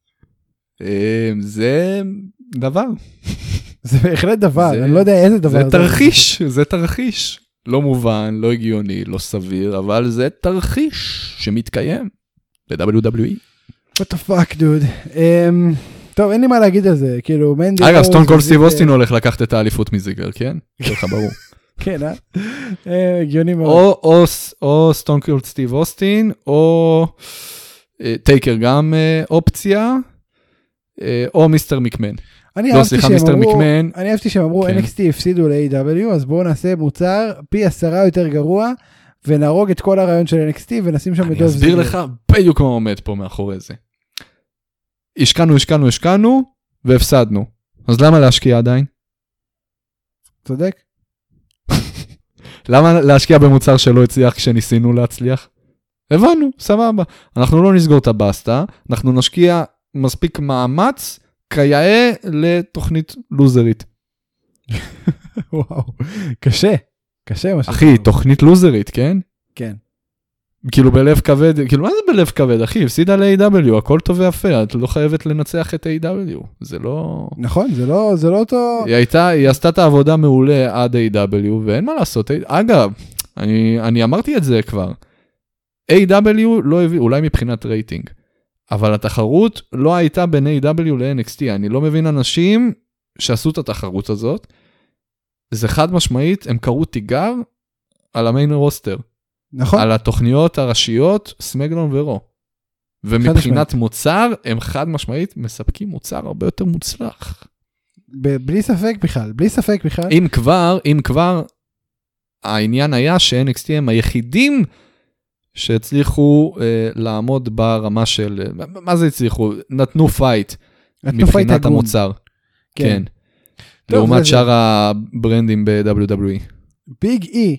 זה דבר. זה בהחלט דבר, אני לא יודע איזה דבר. זה תרחיש, זה תרחיש. לא מובן, לא הגיוני, לא סביר, אבל זה תרחיש שמתקיים ב-דאבליו דאבליו אי. What the fuck, dude. טוב, אין לי מה להגיד על זה, כאילו, מנדי... אגב, סטון קולד סטיב אוסטין הולך לקחת את האליפות מזיגלר, כן? זה לך ברור. כן, אה? הגיוני מאוד. או סטון קולד סטיב אוסטין, או טייקר גם אופציה, או מיסטר מקמן. אני אהבתי שהם אמרו, אני אהבתי שהם אמרו, אן אקס טי הפסידו ל-איי דאבליו, אז בואו נעשה מוצר פי עשרה יותר גרוע, ונהרוג את כל הרעיון של אן אקס טי, ונשים שם את דולף זיגלר. אני אסביר לך בדיוק מה עומד פה מאחורי זה. השקענו, השקענו, השקענו, והפסדנו. אז למה להשקיע עדיין? צודק. למה להשקיע במוצר שלא הצליח כשניסינו להצליח? הבנו, סבבה. אנחנו לא נסגור את הבאסטה, אנחנו נשקיע מספיק מאמץ, כיאה לתוכנית לוזרית. וואו, קשה. קשה משהו. אחי, תוכנית לוזרית, כן? כן. כאילו בלב כבד, כאילו מה זה בלב כבד, אחי? הפסידה ל-איי דאבליו, הכל טוב ויפה, את לא חייבת לנצח את איי דאבליו, זה לא... נכון, זה לא, זה לא אותו... היא הייתה, היא עשתה את העבודה מעולה עד איי דאבליו, ואין מה לעשות, אגב, אני, אני אמרתי את זה כבר, איי דאבליו לא הביא, אולי מבחינת רייטינג, אבל התחרות לא הייתה בין איי דאבליו ל-אן אקס טי, אני לא מבין אנשים שעשו את התחרות הזאת, זה חד משמעית, הם קראו תיגר על המיין רוסטר. נכון. על התוכניות הראשיות, סמקדאון ורו. ומבחינת מוצר, הם חד משמעית מספקים מוצר הרבה יותר מוצלח. בלי ספק בכלל, בלי ספק בכלל. אם כבר, אם כבר, העניין היה ש-אן אקס טי הם היחידים שהצליחו אה, לעמוד ברמה של, מה זה הצליחו? נתנו פייט מבחינת המוצר. כן. כן. לעומת שאר הברנדים ב-דאבליו דאבליו אי. ביג אי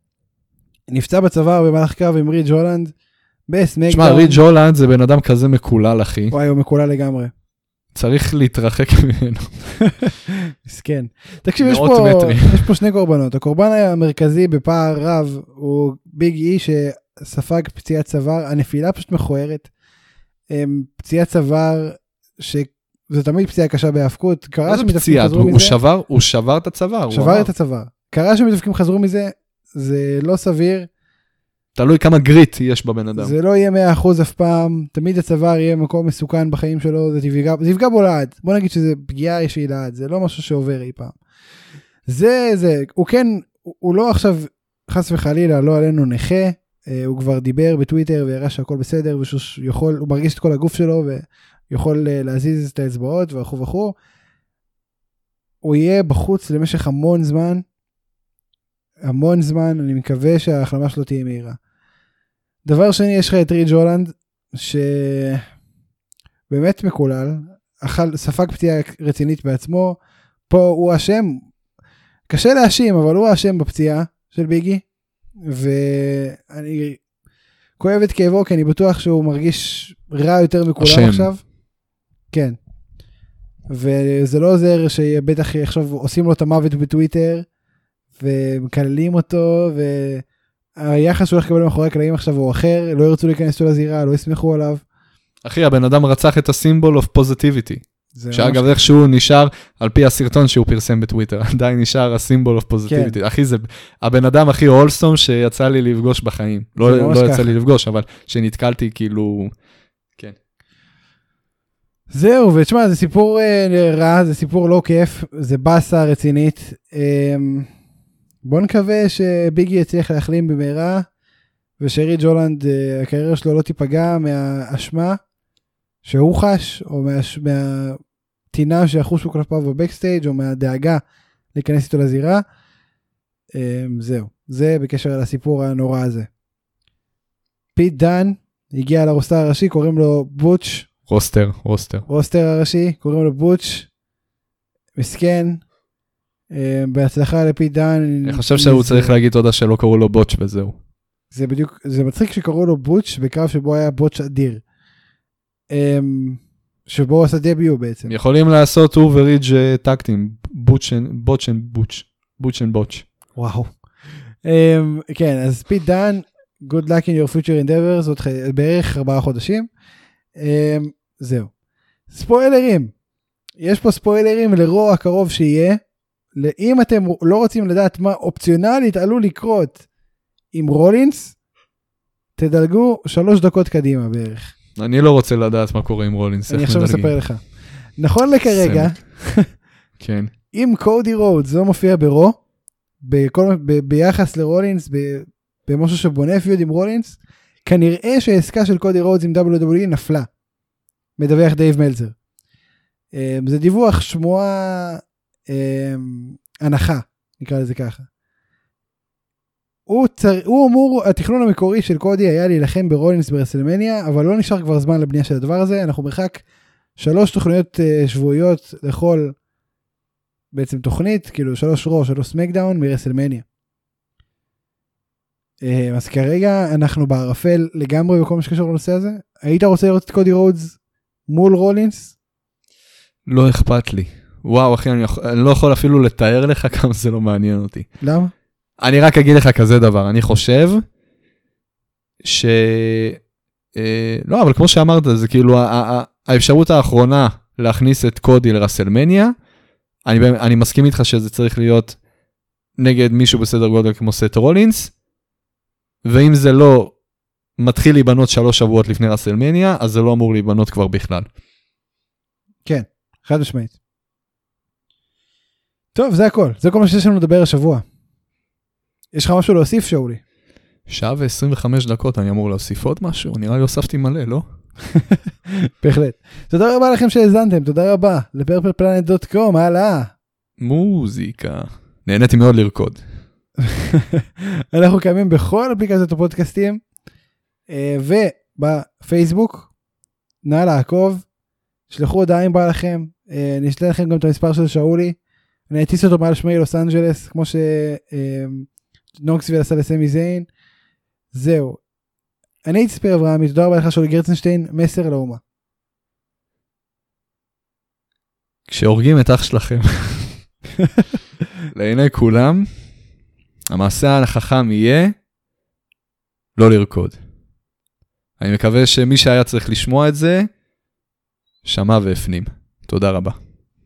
נפצע בצוואר במהלך קרב עם רידג' הולנד בסמקדאון. תשמע, רידג' הולנד זה בן אדם כזה מקולל, אחי. וואי, הוא מקולל לגמרי. צריך להתרחק ממנו. מסכן. תקשיב, יש פה, יש פה שני קורבנות. הקורבן המרכזי בפער רב הוא ביג אי שספג פציעת צוואר. הנפילה פשוט מכוערת. פציעת צוואר שזה תמיד פציעה קשה בהאבקות. קרה שמתאבקים חזרו מזה. הוא שבר, הוא שבר את הצוואר. שבר את הצוואר. קרה שמתאבקים חזרו מזה. זה לא סביר. תלוי כמה גריט יש בבן אדם. זה לא יהיה מאה אחוז אף פעם, תמיד הצוואר יהיה מקום מסוכן בחיים שלו, זה יפגע, זה יפגע בו לעד. בוא נגיד שזה פגיעה שהיא לעד, זה לא משהו שעובר אי פעם. זה, זה, הוא כן, הוא לא עכשיו, חס וחלילה, לא עלינו נכה, הוא כבר דיבר בטוויטר והראה שהכל בסדר, ושהוא יכול, הוא מרגיש את כל הגוף שלו, ויכול להזיז את האצבעות וכו' וכו'. הוא יהיה בחוץ למשך המון זמן, המון זמן, אני מקווה שההחלמה שלו תהיה מהירה. דבר שני, יש לך את רידג' הולנד, שבאמת מקולל, אכל, ספג פציעה רצינית בעצמו, פה הוא אשם, קשה להאשים, אבל הוא אשם בפציעה של ביגי, ואני כואב את כאבו, כי אני בטוח שהוא מרגיש רע יותר מכולם עכשיו. כן. וזה לא עוזר שבטח עכשיו עושים לו את המוות בטוויטר, ומקללים אותו, והיחס שהוא הולך לקבל מאחורי הקלעים עכשיו הוא אחר, לא ירצו להיכנס לו לזירה, לא יסמכו עליו. אחי, הבן אדם רצח את הסימבול אוף פוזיטיביטי. שאגב, איך שהוא נשאר, על פי הסרטון שהוא פרסם בטוויטר, עדיין נשאר הסימבול אוף פוזיטיביטי. אחי, זה הבן אדם הכי הולסום שיצא לי לפגוש בחיים. לא יצא לי לפגוש, אבל שנתקלתי כאילו... כן. זהו, ותשמע, זה סיפור רע, זה סיפור לא כיף, זה בסה רצינית. בוא נקווה שביגי יצליח להחלים במהרה, ושרידג' הולנד, הקריירה שלו לא תיפגע מהאשמה שהוא חש, או מהתינה שיחושו כלפיו בבקסטייג', או מהדאגה להיכנס איתו לזירה. זהו, זה בקשר לסיפור הנורא הזה. פיט דן הגיע לרוסטר הראשי, קוראים לו בוטש. רוסטר, רוסטר. רוסטר הראשי, קוראים לו בוטש. מסכן. בהצלחה לפיט דן. אני חושב שהוא צריך להגיד תודה שלא קראו לו בוטש וזהו. זה בדיוק, זה מצחיק שקראו לו בוטש בקרב שבו היה בוטש אדיר. שבו הוא עשה דביו בעצם. יכולים לעשות הוא ורידג' טקטים, בוטש אנד בוטש, בוטש אנד בוטש. וואו. כן, אז פיט דן, good luck in your future endeavors, זאת בערך ארבעה חודשים. זהו. ספוילרים. יש פה ספוילרים לרוע הקרוב שיהיה. אם אתם לא רוצים לדעת מה אופציונלית עלול לקרות עם רולינס, תדלגו שלוש דקות קדימה בערך. אני לא רוצה לדעת מה קורה עם רולינס. אני עכשיו אספר לך. נכון לכרגע, כן. אם קודי רודס לא מופיע ברו, ביחס לרולינס, במשהו שבונה פיוד עם רולינס, כנראה שהעסקה של קודי רודס עם דאבליו דאבליו אי נפלה. מדווח דייב מלצר. זה דיווח שמועה הנחה, נקרא לזה ככה. הוא, צר... הוא אמור, התכנון המקורי של קודי היה להילחם ברולינס ברסלמניה, אבל לא נשאר כבר זמן לבנייה של הדבר הזה, אנחנו מרחק שלוש תוכניות uh, שבועיות לכל בעצם תוכנית, כאילו שלוש רו, שלוש סמקדאון מרסלמניה. Uh, אז כרגע אנחנו בערפל לגמרי בכל מה שקשור לנושא הזה. היית רוצה לראות את קודי רודס מול רולינס? לא אכפת לי. וואו אחי, אני, יכול, אני לא יכול אפילו לתאר לך כמה זה לא מעניין אותי. למה? אני רק אגיד לך כזה דבר, אני חושב ש... אה, לא, אבל כמו שאמרת, זה כאילו האפשרות האחרונה להכניס את קודי לרסלמניה, אני, אני מסכים איתך שזה צריך להיות נגד מישהו בסדר גודל כמו סט רולינס, ואם זה לא מתחיל להיבנות שלוש שבועות לפני רסלמניה, אז זה לא אמור להיבנות כבר בכלל. כן, חד משמעית. טוב, זה הכל. זה כל מה שיש לנו לדבר השבוע. יש לך משהו להוסיף, שאולי? שעה ו-עשרים וחמש דקות, אני אמור להוסיף עוד משהו? נראה לי הוספתי מלא, לא? בהחלט. תודה רבה לכם שהזנתם, תודה רבה. לפרפל פלנט דוט קום, הלאה. מוזיקה. נהניתי מאוד לרקוד. אנחנו קיימים בכל אפליקציות הפודקאסטים, ובפייסבוק, נא לעקוב, שלחו הודעה אם בא לכם, נשלח לכם גם את המספר של שאולי, אני אטיס אותו מעל שמי לוס אנג'לס, כמו שנוקסוויל עשה לסמי זיין, זהו. אני הייתי ספיר אברהמי, תודה רבה לך שאולי גרצנשטיין, מסר לאומה. כשהורגים את אח שלכם, לעיני כולם, המעשה החכם יהיה לא לרקוד. אני מקווה שמי שהיה צריך לשמוע את זה, שמע והפנים. תודה רבה.